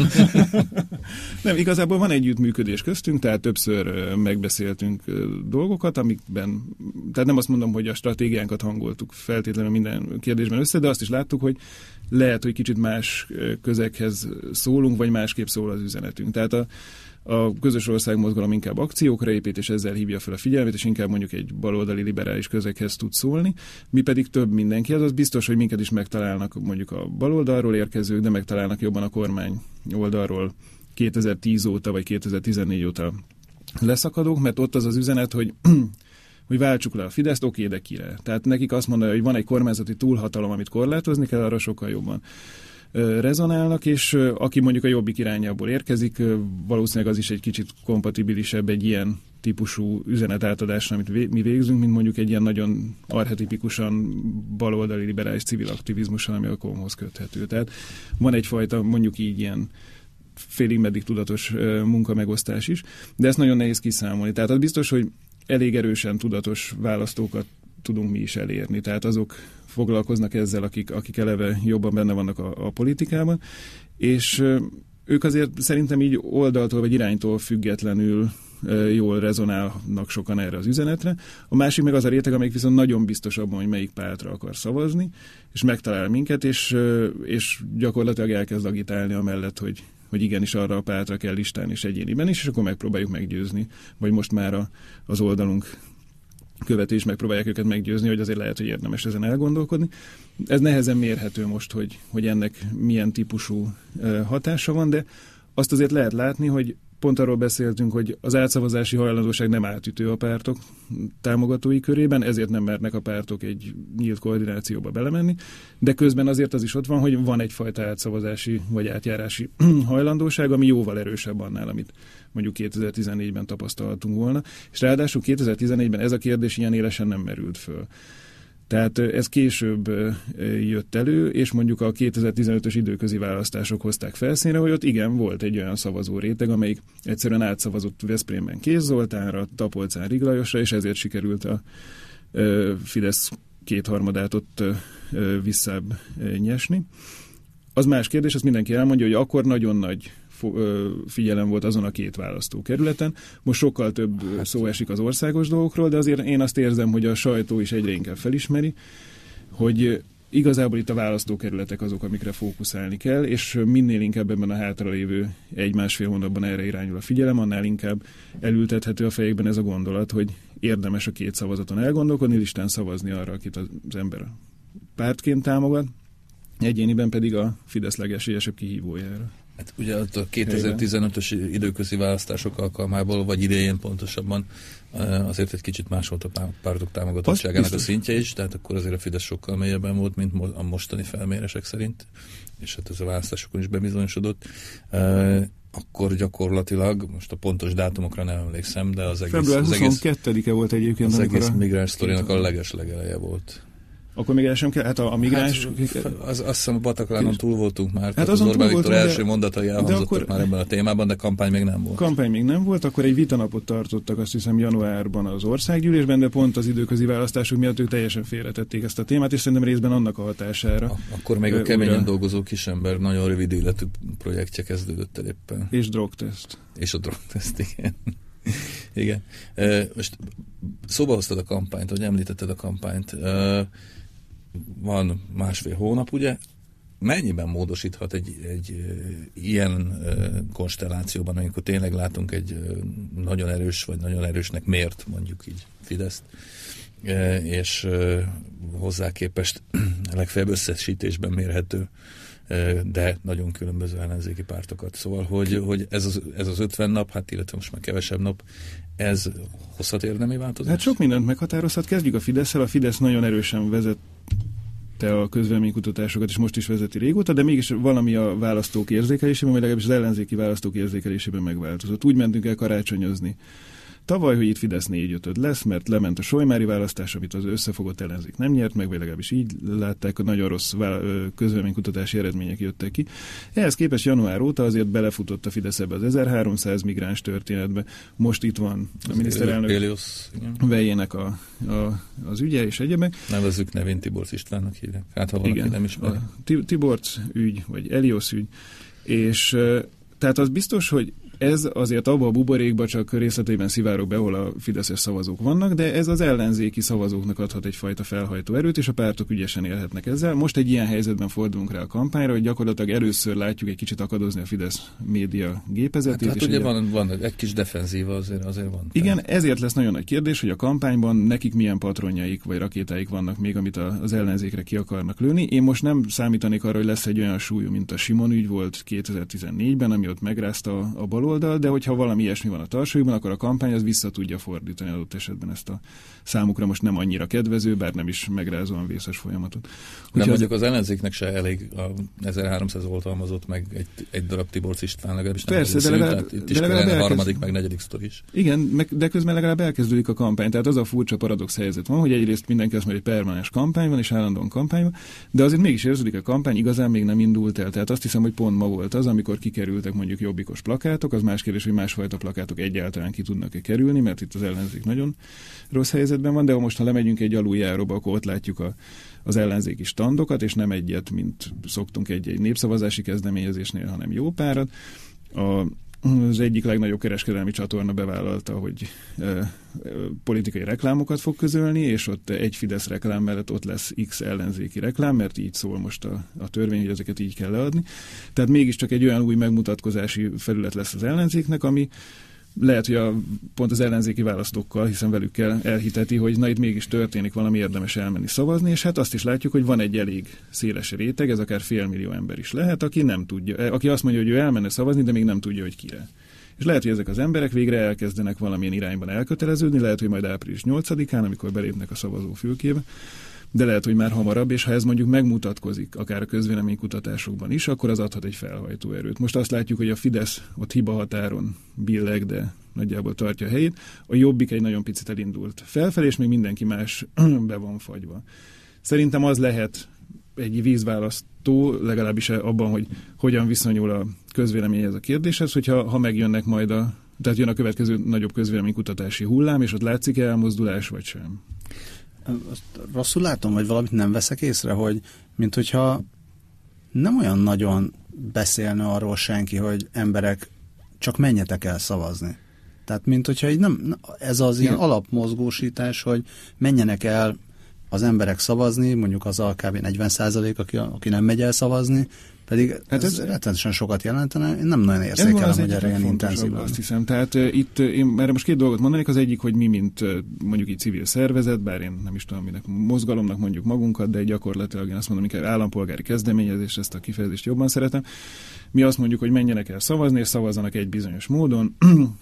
Nem, igazából van együttműködés köztünk, tehát többször megbeszéltünk dolgokat, amikben, tehát nem azt mondom, hogy a stratégiánkat hangoltuk feltétlenül minden kérdésben össze, de azt is láttuk, hogy lehet, hogy kicsit más közeghez szólunk, vagy másképp szól az üzenetünk. Tehát a Közös Ország Mozgalom inkább akciókra épít, és ezzel hívja fel a figyelmét, és inkább mondjuk egy baloldali liberális közeghez tud szólni. Mi pedig több mindenki, az biztos, hogy minket is megtalálnak mondjuk a baloldalról érkezők, de megtalálnak jobban a kormány oldalról 2010 óta, vagy 2014 óta leszakadók, mert ott az üzenet, hogy váltsuk le a Fideszt, oké, de kire. Tehát nekik azt mondja, hogy van egy kormányzati túlhatalom, amit korlátozni kell, arra sokkal jobban rezonálnak, és aki mondjuk a Jobbik irányából érkezik, valószínűleg az is egy kicsit kompatibilisebb egy ilyen típusú üzenetátadásra, amit mi végzünk, mint mondjuk egy ilyen nagyon archetipikusan baloldali liberális civil aktivizmussal, ami a KOM-hoz köthető. Tehát van egyfajta mondjuk így ilyen félig meddig tudatos munkamegosztás is, de ezt nagyon nehéz kiszámolni. Tehát az biztos, hogy elég erősen tudatos választókat tudunk mi is elérni. Tehát azok foglalkoznak ezzel, akik eleve jobban benne vannak a politikában, és ők azért szerintem így oldaltól vagy iránytól függetlenül jól rezonálnak sokan erre az üzenetre. A másik meg az a réteg, amelyik viszont nagyon biztos abban, hogy melyik pártra akar szavazni, és megtalál minket, és gyakorlatilag elkezd agitálni amellett, hogy igenis arra a pártra kell listán és egyéniben is, és akkor megpróbáljuk meggyőzni, vagy most már az oldalunk követés megpróbálják őket meggyőzni, hogy azért lehet, hogy érdemes ezen elgondolkodni. Ez nehezen mérhető most, hogy ennek milyen típusú hatása van, de azt azért lehet látni, hogy pont arról beszéltünk, hogy az átszavazási hajlandóság nem átütő a pártok támogatói körében, ezért nem mernek a pártok egy nyílt koordinációba belemenni, de közben azért az is ott van, hogy van egyfajta átszavazási vagy átjárási hajlandóság, ami jóval erősebb annál, amit mondjuk 2014-ben tapasztalhatunk volna, és ráadásul 2014-ben ez a kérdés ilyen élesen nem merült föl. Tehát ez később jött elő, és mondjuk a 2015-ös időközi választások hozták felszínre, hogy ott igen, volt egy olyan szavazó réteg, amelyik egyszerűen átszavazott Veszprémben Kéz Zoltánra, Tapolcán Rig Lajosra, és ezért sikerült a Fidesz 2/3 ott visszább nyesni. Az más kérdés, azt mindenki elmondja, hogy akkor nagyon nagy figyelem volt azon a két választókerületen. Most sokkal több szó esik az országos dolgokról, de azért én azt érzem, hogy a sajtó is egyre inkább felismeri, hogy igazából itt a választókerületek azok, amikre fókuszálni kell, és minél inkább ebben a hátralévő 1-1,5 hónapban erre irányul a figyelem, annál inkább elültethető a fejekben ez a gondolat, hogy érdemes a két szavazaton elgondolkodni, listán szavazni arra, akit az ember pártként támogat, egyéniben pedig a Fidesz legesélyesebb kihívójára. Hát ugye a 2015-ös időközi választások alkalmából, vagy idején pontosabban, azért egy kicsit más volt a pártok támogatottságának a szintje is, tehát akkor azért a Fidesz sokkal mélyebben volt, mint a mostani felmérések szerint, és hát ez a választásokon is bebizonyosodott. Akkor gyakorlatilag, most a pontos dátumokra nem emlékszem, de az egész... Február 22-e volt egyébként. Az egész migráns sztorinak a legeslegeleje volt. Akkor még el sem kell, hát a migráns... Azt hiszem a Bataklánon túl voltunk már, hát az Orbán Viktor első mondatai elhangzottak már ebben a témában, de kampány még nem volt. Kampány még nem volt, akkor egy vitanapot tartottak, azt hiszem januárban az országgyűlésben, de pont az időközi választások miatt ők teljesen félretették ezt a témát, és szerintem részben annak a hatására. Akkor még a keményen dolgozó kisember nagyon rövid életű projektje kezdődött el éppen. És drogteszt. És a drogteszt, igen. Igen. Most szóba hoztad a kampányt, vagy említetted a kampányt. Van 1,5 hónap, ugye? Mennyiben módosíthat egy ilyen konstellációban, amikor tényleg látunk egy nagyon erős, vagy nagyon erősnek mért, mondjuk így Fideszt, és hozzá képest legfeljebb összesítésben mérhető, de nagyon különböző ellenzéki pártokat. Szóval, hogy ez az 50 nap, hát illetve most már kevesebb nap, ez hozhat érdemi változást? Hát sok mindent meghatározhat. Kezdjük a Fidesszel. A Fidesz nagyon erősen vezette a közvéleménykutatásokat, és most is vezeti régóta, de mégis valami a választók érzékelésében, vagy legalábbis az ellenzéki választók érzékelésében megváltozott. Úgy mentünk el karácsonyozni tavaly, hogy itt Fidesz 4-5 lesz, mert lement a solymári választás, amit az összefogott ellenzék nem nyert meg, vagy legalábbis így látták, nagyon rossz közvéleménykutatási eredmények jöttek ki. Ehhez képest január óta azért belefutott a Fidesz ebbe az 1300 migráns történetbe. Most itt van a miniszterelnök Vejének az ügye és egyebek. Nevezzük nevén Tiborcs Istvánnak hívják. Hát ha valaki nem ismeri. Tiborcs ügy, vagy Eliosz ügy. És tehát az biztos, hogy ez azért abba a buborékba csak részletében szivárog be, ahol a fideszes szavazók vannak, de ez az ellenzéki szavazóknak adhat egyfajta felhajtó erőt, és a pártok ügyesen élhetnek ezzel. Most egy ilyen helyzetben fordulunk rá a kampányra, hogy gyakorlatilag először látjuk egy kicsit akadozni a Fidesz média gépezetét. Hát ugye van egy kis defenzíva, azért van. Igen, ezért lesz nagyon nagy kérdés, hogy a kampányban nekik milyen patronjaik vagy rakétáik vannak még, amit az ellenzékre ki akarnak lőni. Én most nem számítanék arra, hogy lesz egy olyan súlyú, mint a Simon ügy volt 2014-ben, ami ott megrázta a baloldal, de hogyha valami ilyesmi van a tarsolyban, akkor a kampány az vissza tudja fordítani adott esetben ezt a számukra most nem annyira kedvező, bár nem is megrázóan vészes folyamatot. De mondjuk az ellenzéknek se elég a 1300 oltalmazott, meg egy darab Tiborcs István, legalábbis nem. Persze, de legalább, itt is kellene harmadik, meg negyedik sztori is. Igen, de közben legalább elkezdődik a kampány. Tehát az a furcsa paradox helyzet van, hogy egyrészt mindenki azt mondja, hogy permanens kampány van, és állandóan kampány van, de azért mégis érződik a kampány, igazán még nem indult el. Tehát azt hiszem, hogy pont ma volt az, amikor kikerültek mondjuk jobbikos plakátok, az más kérdés, hogy másfajta plakátok egyáltalán ki tudnak-e kerülni, mert itt az ellenzék nagyon rossz helyzetben van, de most ha lemegyünk egy aluljáróba, akkor ott látjuk az ellenzéki standokat, és nem egyet, mint szoktunk egy népszavazási kezdeményezésnél, hanem jó párat. Az egyik legnagyobb kereskedelmi csatorna bevállalta, hogy politikai reklámokat fog közölni, és ott egy Fidesz reklám mellett ott lesz X ellenzéki reklám, mert így szól most a törvény, hogy ezeket így kell leadni. Tehát mégiscsak egy olyan új megmutatkozási felület lesz az ellenzéknek, ami lehet, hogy pont az ellenzéki választókkal, hiszen velük kell elhiteti, hogy na itt mégis történik valami, érdemes elmenni szavazni, és hát azt is látjuk, hogy van egy elég széles réteg, ez akár 500 000 ember is lehet, aki nem tudja, aki azt mondja, hogy ő elmenne szavazni, de még nem tudja, hogy kire. És lehet, hogy ezek az emberek végre elkezdenek valamilyen irányban elköteleződni, lehet, hogy majd április 8-án, amikor belépnek a szavazófülkébe, de lehet, hogy már hamarabb, és ha ez mondjuk megmutatkozik, akár a közvéleménykutatásokban is, akkor az adhat egy felhajtó erőt. Most azt látjuk, hogy a Fidesz ott hibahatáron billeg, de nagyjából tartja a helyét. A Jobbik egy nagyon picit elindult felfelé, és még mindenki más be van fagyva. Szerintem az lehet egy vízválasztó, legalábbis abban, hogy hogyan viszonyul a közvélemény ez a kérdéshez, hogyha megjönnek majd tehát jön a következő nagyobb közvéleménykutatási hullám, és ott látszik elmozdulás, vagy sem. Azt rosszul látom, vagy valamit nem veszek észre, hogy mint hogyha nem olyan nagyon beszélne arról senki, hogy emberek csak menjetek el szavazni. Tehát mint hogyha így nem, ez az ilyen alapmozgósítás, hogy menjenek el az emberek szavazni, mondjuk az a kb. 40%, aki nem megy el szavazni, pedig hát ez rettenetesen sokat jelentene. Én nem nagyon érzékelem, hogy erre ilyen intenzívan. Azt hiszem. Tehát itt én erre most két dolgot mondanék. Az egyik, hogy mi, mint mondjuk így civil szervezet, bár én nem is tudom, minek mozgalomnak mondjuk magunkat, de gyakorlatilag én azt mondom, hogy állampolgári kezdeményezés, ezt a kifejezést jobban szeretem. Mi azt mondjuk, hogy menjenek el szavazni, és szavazzanak egy bizonyos módon,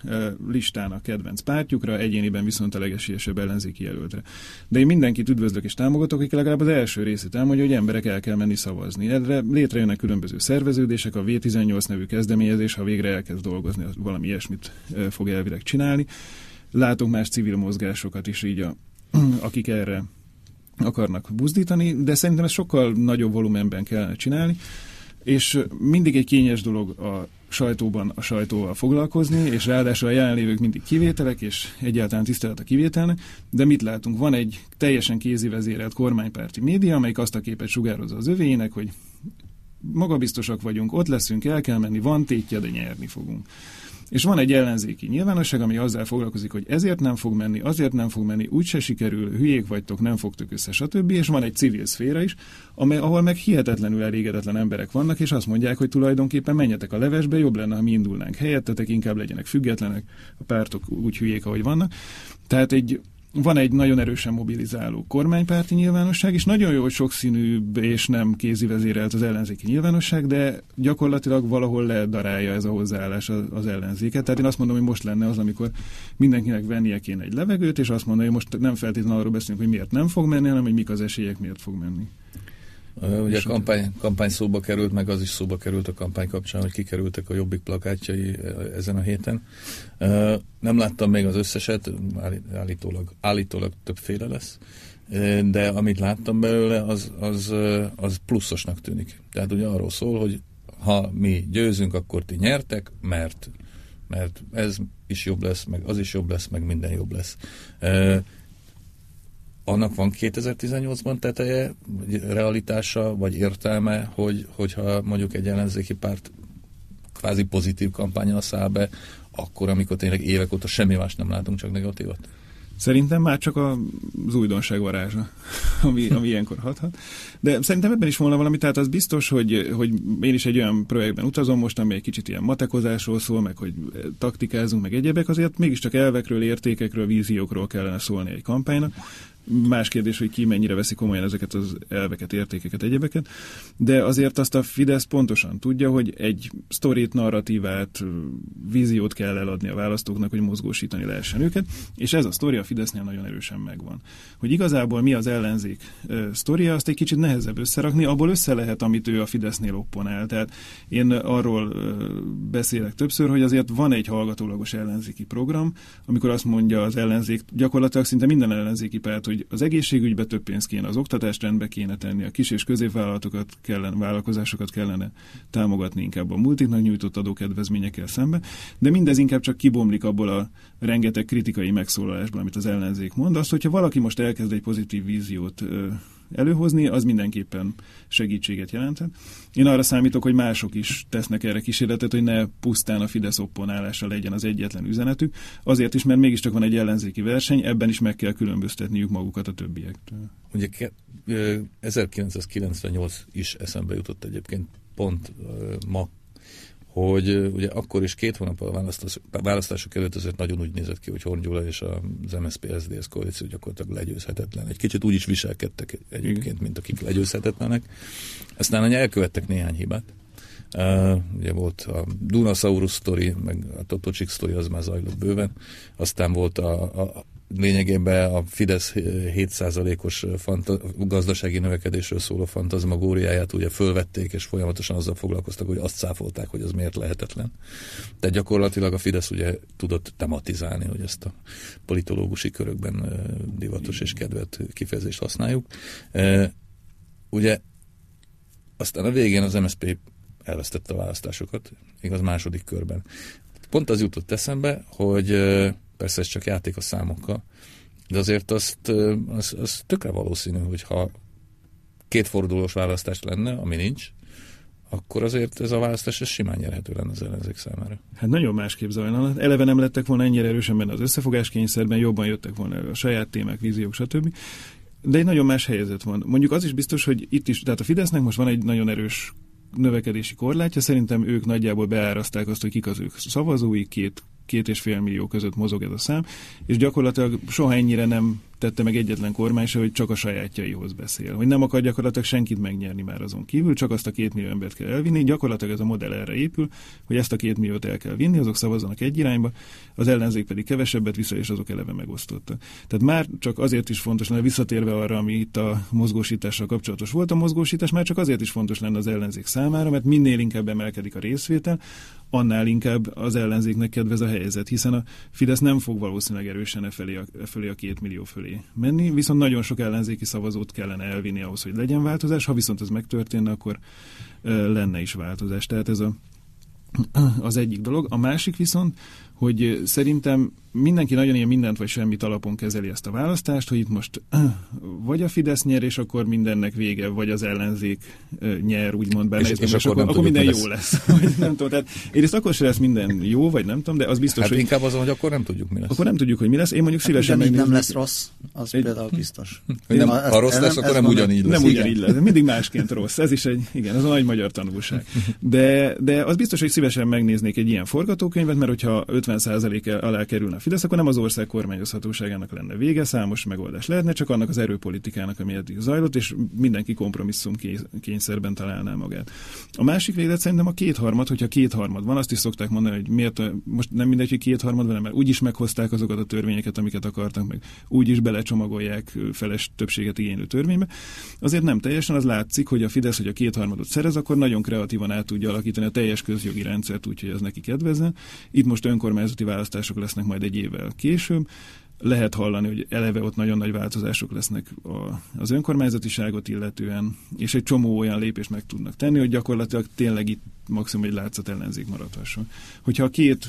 listán a kedvenc pártjukra, egyéniben viszont a legesélyesebb ellenzéki jelöltre. De én mindenkit üdvözlök és támogatok, akik legalább az első részét elmondja, hogy emberek el kell menni szavazni. Erre létrejönnek különböző szerveződések, a V18 nevű kezdeményezés, ha végre elkezd dolgozni, valami ilyesmit fog elvileg csinálni. Látunk más civil mozgásokat is így, akik erre akarnak buzdítani, de szerintem ezt sokkal nagyobb volumenben kellene csinálni, és mindig egy kényes dolog a sajtóban a sajtóval foglalkozni, és ráadásul a jelenlévők mindig kivételek, és egyáltalán tisztelet a kivételnek, de mit látunk? Van egy teljesen kézi vezérelt kormánypárti média, amelyik azt a képet sugározza az övéinek, hogy magabiztosak vagyunk, ott leszünk, el kell menni, van tétje, de nyerni fogunk. És van egy ellenzéki nyilvánosság, ami azzal foglalkozik, hogy ezért nem fog menni, azért nem fog menni, úgyse sikerül, hülyék vagytok, nem fogtok össze, stb. És van egy civil szféra is, ahol meg hihetetlenül elégedetlen emberek vannak, és azt mondják, hogy tulajdonképpen menjetek a levesbe, jobb lenne, ha mi indulnánk helyettetek, inkább legyenek függetlenek, a pártok úgy hülyék, ahogy vannak. Tehát van egy nagyon erősen mobilizáló kormánypárti nyilvánosság, és nagyon jó, hogy sokszínűbb és nem kézi vezérelt az ellenzéki nyilvánosság, de gyakorlatilag valahol ledarálja ez a hozzáállás az ellenzéket. Tehát én azt mondom, hogy most lenne az, amikor mindenkinek vennie kéne egy levegőt, és azt mondani, hogy most nem feltétlenül arról beszélünk, hogy miért nem fog menni, hanem hogy mik az esélyek, miért fog menni. Ugye a kampány szóba került, meg az is szóba került a kampány kapcsán, hogy kikerültek a Jobbik plakátjai ezen a héten. Nem láttam még az összeset, állítólag többféle lesz, de amit láttam belőle, az pluszosnak tűnik. Tehát ugye arról szól, hogy ha mi győzünk, akkor ti nyertek, mert ez is jobb lesz, meg az is jobb lesz, meg minden jobb lesz. Annak van 2018-ban teteje, realitása, vagy értelme, hogyha mondjuk egy ellenzéki párt kvázi pozitív kampánnyal száll be, akkor, amikor tényleg évek óta semmi más nem látunk, csak negatívat? Szerintem már csak az újdonság varázsa, ami ilyenkor hathat. De szerintem ebben is volna valami, tehát az biztos, hogy én is egy olyan projektben utazom most, ami egy kicsit ilyen matekozásról szól, meg hogy taktikázunk, meg egyebek, azért mégiscsak elvekről, értékekről, víziókról kellene szólni egy kampánynak. Más kérdés, hogy ki mennyire veszi komolyan ezeket az elveket, értékeket, egyebeket, de azért azt a Fidesz pontosan tudja, hogy egy sztorit, narratívát, víziót kell eladni a választóknak, hogy mozgósítani lehessen őket, és ez a sztori a Fidesznél nagyon erősen megvan. Hogy igazából mi az ellenzék sztoria, azt egy kicsit nehezebb összerakni, abból össze lehet, amit ő a Fidesznél opponál. Tehát én arról beszélek többször, hogy azért van egy hallgatólagos ellenzéki program, amikor azt mondja az ellenzék, gyakorlatilag szinte minden ellenzéki párt, hogy az egészségügybe több pénzt kéne, az oktatást rendbe kéne tenni, a kis- és középvállalatokat vállalkozásokat kellene támogatni inkább a multiknak nyújtott adókedvezményekkel szembe, de mindez inkább csak kibomlik abból a rengeteg kritikai megszólalásból, amit az ellenzék mond. Az, hogyha valaki most elkezd egy pozitív víziót előhozni, az mindenképpen segítséget jelenthet. Én arra számítok, hogy mások is tesznek erre kísérletet, hogy ne pusztán a Fidesz opponálása legyen az egyetlen üzenetük. Azért is, mert mégiscsak van egy ellenzéki verseny, ebben is meg kell különböztetniük magukat a többiektől. Ugye 1998 is eszembe jutott egyébként pont ma, hogy ugye akkor is 2 hónappal a választások előtt azért nagyon úgy nézett ki, hogy Horn Gyula és az MSZP-SZDSZ koalíció gyakorlatilag legyőzhetetlen. Egy kicsit úgy is viselkedtek egyébként, mint akik legyőzhetetlenek. Aztán elkövettek néhány hibát. Ugye volt a Dunasaurus sztori, meg a Totocsik sztori, az már zajlott bőven. Aztán volt a lényegében a Fidesz 7%-os gazdasági növekedésről szóló fantazmagóriáját ugye fölvették, és folyamatosan azzal foglalkoztak, hogy azt cáfolták, hogy az miért lehetetlen. Tehát gyakorlatilag a Fidesz ugye tudott tematizálni, hogy ezt a politológusi körökben divatos és kedvelt kifejezést használjuk. Ugye aztán a végén az MSZP elvesztette a választásokat, igaz, második körben. Pont az jutott eszembe, hogy persze ez csak játék a számokkal, de azért az tökre valószínű, hogy ha 2 fordulós választás lenne, ami nincs, akkor azért ez a választás simán nyerhető lenne az ellenzék számára. Hát nagyon másképp zajlana. Eleve nem lettek volna ennyire erősen benne az összefogáskényszerben, jobban jöttek volna elő a saját témák, víziók, stb. De egy nagyon más helyzet van. Mondjuk az is biztos, hogy itt is, tehát a Fidesznek most van egy nagyon erős növekedési korlátja, szerintem ők nagyjából beárazták azt, hogy kik az ők szavazói, 2,5 millió között mozog ez a szám, és gyakorlatilag soha ennyire nem tette meg egyetlen kormány se, hogy csak a sajátjaihoz beszél. Hogy nem akar gyakorlatilag senkit megnyerni már azon kívül, csak azt a 2 millió embert kell elvinni. Gyakorlatilag ez a modell erre épül, hogy ezt a 2 milliót el kell vinni, azok szavazzanak egy irányba, az ellenzék pedig kevesebbet vissza, és azok eleve megosztottak. Tehát már csak azért is fontos lenne, visszatérve arra, ami itt a mozgósítással kapcsolatos volt, a mozgósítás már csak azért is fontos lenne az ellenzék számára, mert minél inkább emelkedik a részvétel, annál inkább az ellenzéknek kedvez a helyzet, hiszen a Fidesz nem fog valószínűleg erősen e felé a 2 millió fölé felé menni, viszont nagyon sok ellenzéki szavazót kellene elvinni ahhoz, hogy legyen változás. Ha viszont ez megtörténne, akkor lenne is változás. Tehát ez az egyik dolog. A másik viszont, hogy szerintem mindenki nagyon ilyen mindent vagy semmit alapon kezeli ezt a választást, hogy itt most vagy a Fidesz nyer, és akkor mindennek vége, vagy az ellenzék nyer, úgymond benne, és akkor minden jó lesz. Vagy nem tudom, tehát egyrészt akkor se lesz minden jó, vagy nem tudom, de az biztos, hát hogy... inkább azon, hogy akkor nem tudjuk, mi lesz. Akkor nem tudjuk, hogy mi lesz. Én mondjuk szívesen nem lesz rossz, az például biztos. Ha rossz lesz, akkor nem ugyanígy lesz. Nem ugyanígy lesz. Mindig másként rossz. Ez is igen, ez a nagy magyar tanulság. De az biztos, hogy szívesen megnéznék egy ilyen forgatókönyvet, mert hogyha 50% alá kerülne a Fidesz, akkor nem az ország kormányozhatóságának lenne vége, számos megoldás lehetne, csak annak az erőpolitikának, ami eddig zajlott, és mindenki kompromisszum kényszerben találná magát. A másik véglet szerintem a kétharmad, hogyha kétharmad van, azt is szokták mondani, hogy miért, most nem mindegy, hogy kétharmad van, mert úgyis meghozták azokat a törvényeket, amiket akartak, meg úgyis belecsomagolják feles többséget igénylő törvénybe. Azért nem teljesen, az látszik, hogy a Fidesz, hogy a kétharmadot szerez, akkor nagyon kreatívan át tudja alakítani a teljes közjogi rendszert, úgyhogy ez neki kedvezzen. Itt most önkormányzati választások lesznek majd egy évvel később. Lehet hallani, hogy eleve ott nagyon nagy változások lesznek az önkormányzatiságot illetően, és egy csomó olyan lépést meg tudnak tenni, hogy gyakorlatilag tényleg itt maximum egy látszat ellenzék maradhasson. Hogyha a két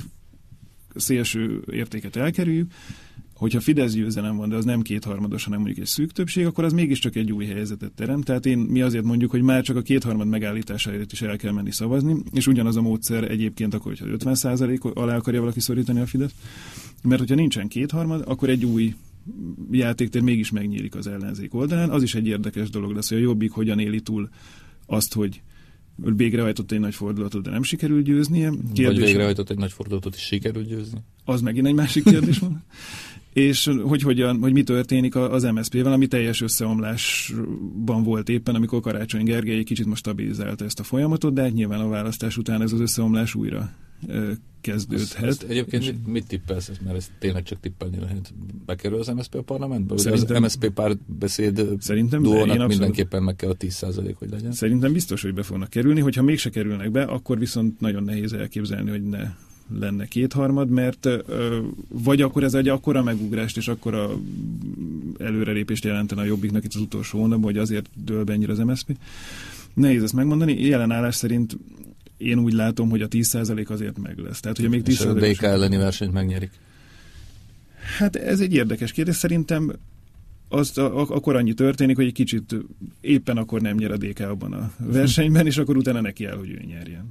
szélső értéket elkerüljük, hogyha Fidesz győzelem van, de az nem kétharmados, hanem mondjuk egy szűk többség, akkor az mégiscsak egy új helyzetet teremt. Tehát mi azért mondjuk, hogy már csak a kétharmad megállításáért is el kell menni szavazni, és ugyanaz a módszer egyébként akkor, hogyha 50% alá akarja valaki szorítani a Fidesz. Mert hogyha nincsen kétharmad, akkor egy új játéktér mégis megnyílik az ellenzék oldalán. Az is egy érdekes dolog lesz, hogy a Jobbik hogyan éli túl azt, hogy végrehajtott egy nagy fordulatot, de nem sikerült győznie. Vagy végrehajtott egy nagy fordulatot, és sikerült győzni. Az megint egy másik kérdés van. És hogy mi történik az MSZP-vel, ami teljes összeomlásban volt éppen, amikor Karácsony Gergely egy kicsit most stabilizálta ezt a folyamatot, de hát nyilván a választás után ez az összeomlás újra kezdődhet. Ezt egyébként mit tippelsz, mert ezt tényleg csak tippelni lehet? Bekerül az MSZP a parlamentbe? Szerintem, az MSZP párbeszéd duónak mindenképpen meg kell a 10%, hogy legyen? Szerintem biztos, hogy be fognak kerülni, hogyha mégse kerülnek be, akkor viszont nagyon nehéz elképzelni, hogy ne lenne kétharmad, mert vagy akkor ez egy akkora megugrást és akkora előrelépést jelentene a Jobbiknak itt az utolsó hónapban, hogy azért dől be ennyire az MSZP. Nehéz ezt megmondani. Jelen állás szerint én úgy látom, hogy a 10% azért meg lesz. Tehát, hogy még 10%... És a DK elleni versenyt megnyerik? Hát ez egy érdekes kérdés. Szerintem akkor annyi történik, hogy egy kicsit éppen akkor nem nyer a DK abban a versenyben, és akkor utána neki áll, hogy ő nyerjen.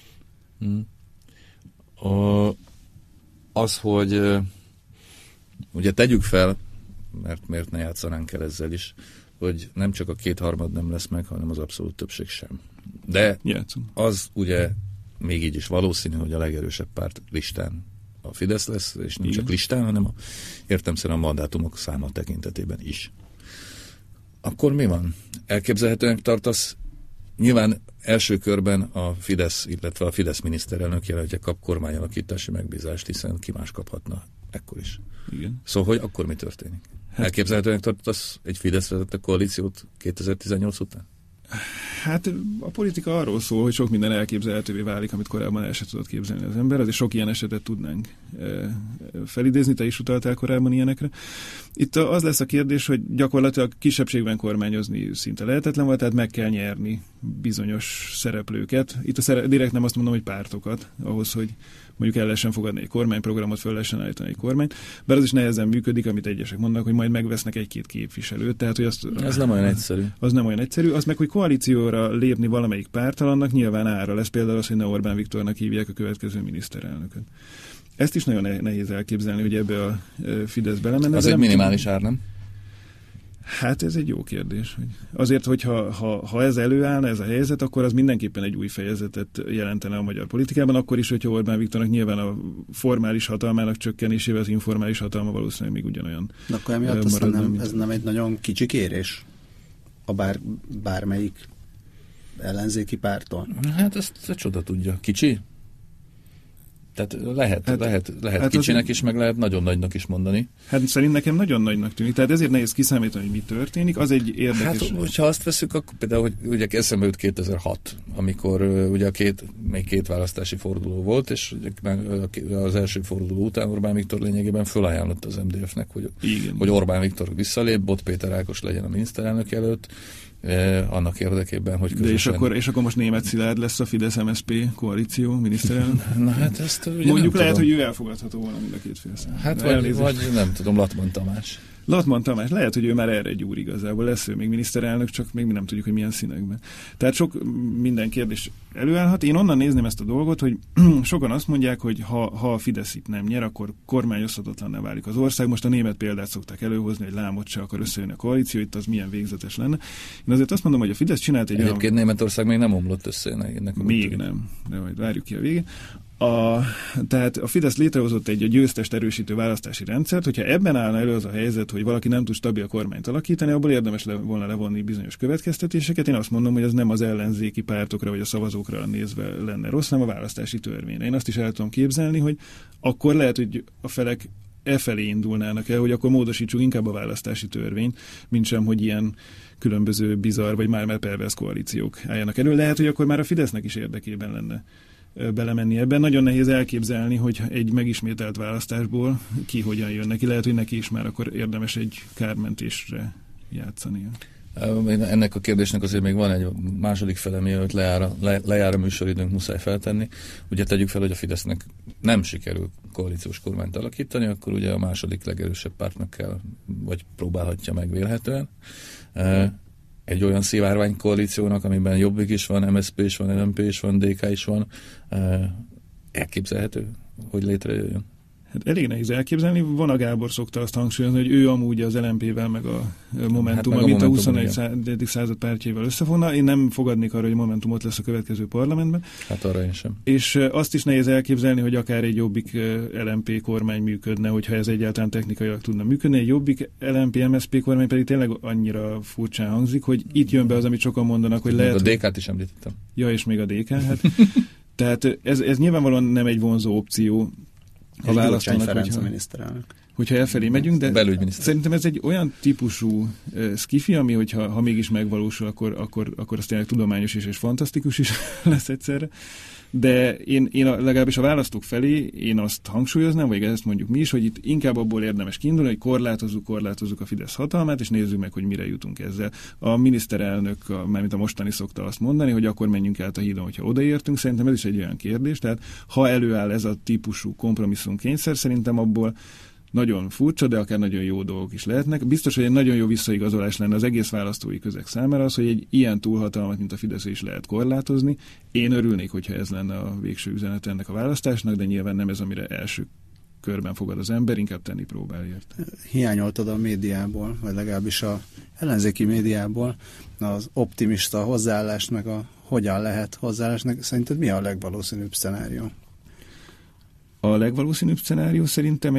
Az, hogy ugye tegyük fel, mert miért ne játszanánk el ezzel is, hogy nem csak a kétharmad nem lesz meg, hanem az abszolút többség sem. De az ugye még így is valószínű, hogy a legerősebb párt listán a Fidesz lesz, és nem csak listán, hanem értelemszerűen a mandátumok száma tekintetében is. Akkor mi van? Elképzelhetően tartasz, nyilván első körben a Fidesz, illetve a Fidesz miniszterelnök jelöltje kap kormányalakítási megbízást, hiszen ki más kaphatna ekkor is. Igen. Szóval, hogy akkor mi történik? Elképzelhetően tartasz egy Fidesz vezette koalíciót 2018 után? Hát a politika arról szól, hogy sok minden elképzelhetővé válik, amit korábban el sem tudott képzelni az ember, azért sok ilyen esetet tudnánk felidézni, te is utaltál korábban ilyenekre. Itt az lesz a kérdés, hogy gyakorlatilag kisebbségben kormányozni szinte lehetetlen volt, tehát meg kell nyerni bizonyos szereplőket. Itt direkt nem azt mondom, hogy pártokat, ahhoz, hogy mondjuk el lehessen fogadni egy kormányprogramot, föl lehessen állítani egy kormányt, bár az is nehezen működik, amit egyesek mondanak, hogy majd megvesznek egy-két képviselőt. Tehát, hogy ez nem olyan egyszerű. Az nem olyan egyszerű. Az meg, hogy koalícióra lépni valamelyik párttal, annak nyilván ára lesz, például az, hogy ne Orbán Viktornak hívják a következő miniszterelnököt. Ezt is nagyon nehéz elképzelni, hogy ebbe a Fidesz belemenne. Az egy minimális ár, nem? Hát ez egy jó kérdés. Azért, hogyha ha ez előállna, ez a helyzet, akkor az mindenképpen egy új fejezetet jelentene a magyar politikában, akkor is, hogyha Orbán Viktornak nyilván a formális hatalmának csökkenésével az informális hatalma valószínűleg még ugyanolyan. De akkor emiatt aztán ez nem egy nagyon kicsi kérés a bármelyik ellenzéki pártól? Hát ezt csoda tudja. Kicsi? Tehát lehet kicsinek is, meg lehet nagyon nagynak is mondani. Hát szerint nekem nagyon nagynak tűnik, tehát ezért nehéz kiszámítani, hogy mi történik, az egy érdekes... Hát, hogyha azt veszük, akkor például, hogy ugye eszembe jut 2006, amikor ugye még két választási forduló volt, és az első forduló után Orbán Viktor lényegében fölajánlott az MDF-nek, hogy Orbán Viktor visszalép, Bot Péter Ákos legyen a miniszterelnök jelölt, annak érdekében, hogy közösen... De és akkor most Németh Szilárd lesz a Fidesz-MSZP koalíció miniszterelnök? Na hát ezt ugye mondjuk lehet, hogy ő elfogadható volna mind a két fél szám. Hát vagy nem tudom, Latman Tamás. Latman Tamás, lehet, hogy ő már erre gyúr igazából, lesz ő még miniszterelnök, csak még mi nem tudjuk, hogy milyen színekben. Tehát sok minden kérdés előállhat. Én onnan nézném ezt a dolgot, hogy sokan azt mondják, hogy ha a Fidesz itt nem nyer, akkor kormányozhatatlanná válik az ország. Most a német példát szokták előhozni, hogy lámot se akar összejönni a koalíció, itt az milyen végzetes lenne. Én azért azt mondom, hogy a Fidesz csinált egy Egyébként Németország még nem omlott össze. Még nem, de majd várjuk ki a végén. Tehát a Fidesz létrehozott egy győztest erősítő választási rendszert, hogyha ebben állna elő az a helyzet, hogy valaki nem tud stabil kormányt alakítani, abból érdemes volna levonni bizonyos következtetéseket. Én azt mondom, hogy az nem az ellenzéki pártokra vagy a szavazókra nézve lenne rossz, hanem a választási törvényre. Én azt is el tudom képzelni, hogy akkor lehet, hogy a felek felé indulnának el, hogy akkor módosítsuk inkább a választási törvényt, mint sem, hogy ilyen különböző bizarr vagy már perverz koalíciók álljanak elő. Lehet, hogy akkor már a Fidesznek is érdekében lenne belemenni ebben. Nagyon nehéz elképzelni, hogy egy megismételt választásból ki hogyan jön neki. Lehet, hogy neki is már akkor érdemes egy kármentésre játszania. Ennek a kérdésnek azért még van egy második fele, mielőtt lejár a műsoridőnk, muszáj feltenni. Ugye tegyük fel, hogy a Fidesznek nem sikerül koalíciós kormányt alakítani, akkor ugye a második legerősebb pártnak kell, vagy próbálhatja meg vélhetően. Egy olyan szivárvány koalíciónak, amiben Jobbik is van, MSZP is van, LMP is van, DK is van, elképzelhető, hogy létrejöjjön? Hát elég nehéz elképzelni. Vona Gábor szokta azt hangsúlyozni, hogy ő amúgy az LMP-vel, meg a Momentummal, mint a 21. század pártjaival összefogna. Én nem fogadnék arra, hogy Momentum ott lesz a következő parlamentben. Hát arra én sem. És azt is nehéz elképzelni, hogy akár egy Jobbik LMP kormány működne, hogyha ez egyáltalán technikailag tudna működni. Egy Jobbik LMP MSZP kormány pedig tényleg annyira furcsán hangzik, hogy itt jön be az, amit sokan mondanak, hogy lehet... A DK-t is említettem. Ja, és még a DK, hát. Tehát ez nyilvánvalóan nem egy vonzó opció a választónak, hogyha elfelé megyünk, de szerintem ez egy olyan típusú skifi, ami, hogyha mégis megvalósul, akkor az tényleg tudományos és fantasztikus is lesz egyszerre. De én legalábbis a választók felé én azt hangsúlyoznám, vagy ezt mondjuk mi is, hogy itt inkább abból érdemes kiindulni, hogy korlátozzuk a Fidesz hatalmát, és nézzük meg, hogy mire jutunk ezzel. A miniszterelnök, mármint a mostani szokta azt mondani, hogy akkor menjünk át a hídon, hogyha odaértünk. Szerintem ez is egy olyan kérdés. Tehát ha előáll ez a típusú kompromisszumkényszer, szerintem abból nagyon furcsa, de akár nagyon jó dolgok is lehetnek. Biztos, hogy egy nagyon jó visszaigazolás lenne az egész választói közeg számára az, hogy egy ilyen túlhatalmat, mint a Fidesz is lehet korlátozni. Én örülnék, hogyha ez lenne a végső üzenet ennek a választásnak, de nyilván nem ez, amire első körben fogad az ember, inkább tenni próbál érte. Hiányoltad a médiából, vagy legalábbis a ellenzéki médiából az optimista hozzáállást, meg a hogyan lehet hozzáállásnak. Szerinted mi a legvalószínűbb szenárió? A legvalószínűbb szenárió szerintem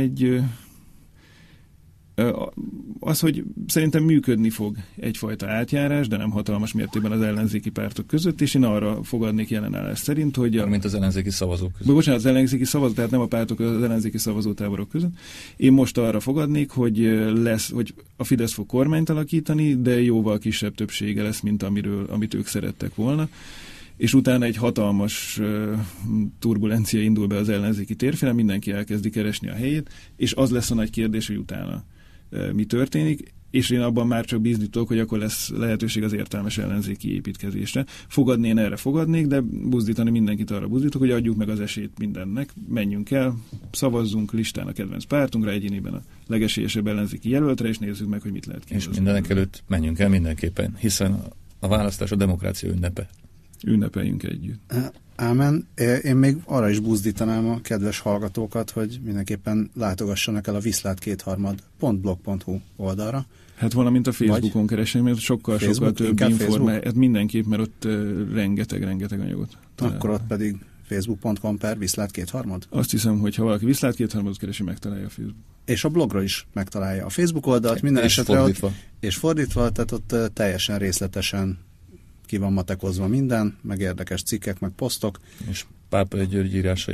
az, hogy szerintem működni fog egyfajta átjárás, de nem hatalmas mértékben az ellenzéki pártok között, és én arra fogadnék jelenállás szerint, hogy... Mint az ellenzéki szavazók között. Bocsánat, az ellenzéki szavazók, tehát nem a pártok, az ellenzéki szavazótáborok között. Én most arra fogadnék, hogy a Fidesz fog kormányt alakítani, de jóval kisebb többsége lesz, mint amit ők szerettek volna. És utána egy hatalmas turbulencia indul be az ellenzéki térfélen, mindenki elkezdi keresni a helyét, és az lesz a nagy kérdés, hogy utána mi történik, és én abban már csak bízni tudok, hogy akkor lesz lehetőség az értelmes ellenzéki építkezésre. Én erre fogadnék, de buzdítani mindenkit arra buzdítok, hogy adjuk meg az esélyt mindennek, menjünk el, szavazzunk listán a kedvenc pártunkra, egyéniben a legesélyesebb ellenzéki jelöltre, és nézzük meg, hogy mit lehet kívánni. És mindenek előtt menjünk el mindenképpen, hiszen a választás a demokrácia ünnepe. Ünnepeljünk együtt. Ámen. Én még arra is buzdítanám a kedves hallgatókat, hogy mindenképpen látogassanak el a viszlát2harmad.blog.hu oldalra. Hát valamint a Facebookon keresni, mert sokkal több információ, mindenképp, mert ott rengeteg anyagot talál. Akkor ott pedig facebook.com/viszlát2harmad? Azt hiszem, hogy ha valaki Viszlát2harmadot keresi, megtalálja a Facebook. És a blogra is megtalálja a Facebook oldalt, minden esetre fordítva. És fordítva, tehát ott teljesen részletesen ki van matekozva minden, meg érdekes cikkek, meg posztok. És Pápai György írásait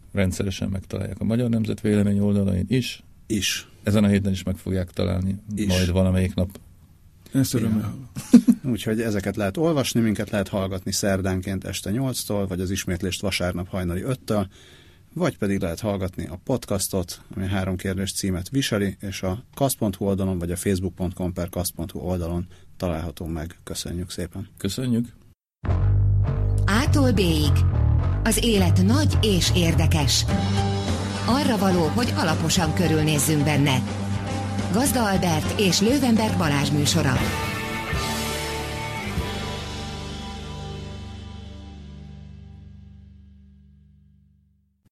rendszeresen megtalálják a Magyar Nemzet vélemény oldalain is. Ezen a héten is meg fogják találni, majd valamelyik nap. Ezt örömmel. Úgyhogy ezeket lehet olvasni, minket lehet hallgatni szerdánként este 8-tól, vagy az ismétlést vasárnap hajnali 5-től, vagy pedig lehet hallgatni a podcastot, ami 3 kérdés címet viseli, és a kasz.hu oldalon, vagy a facebook.com/kasz.hu oldalon található meg. Köszönjük szépen. Köszönjük. A-tól B-ig. Az élet nagy és érdekes. Arra való, hogy alaposan körülnézzünk benne. Gazda Albert és Löwenberg Balázs műsora.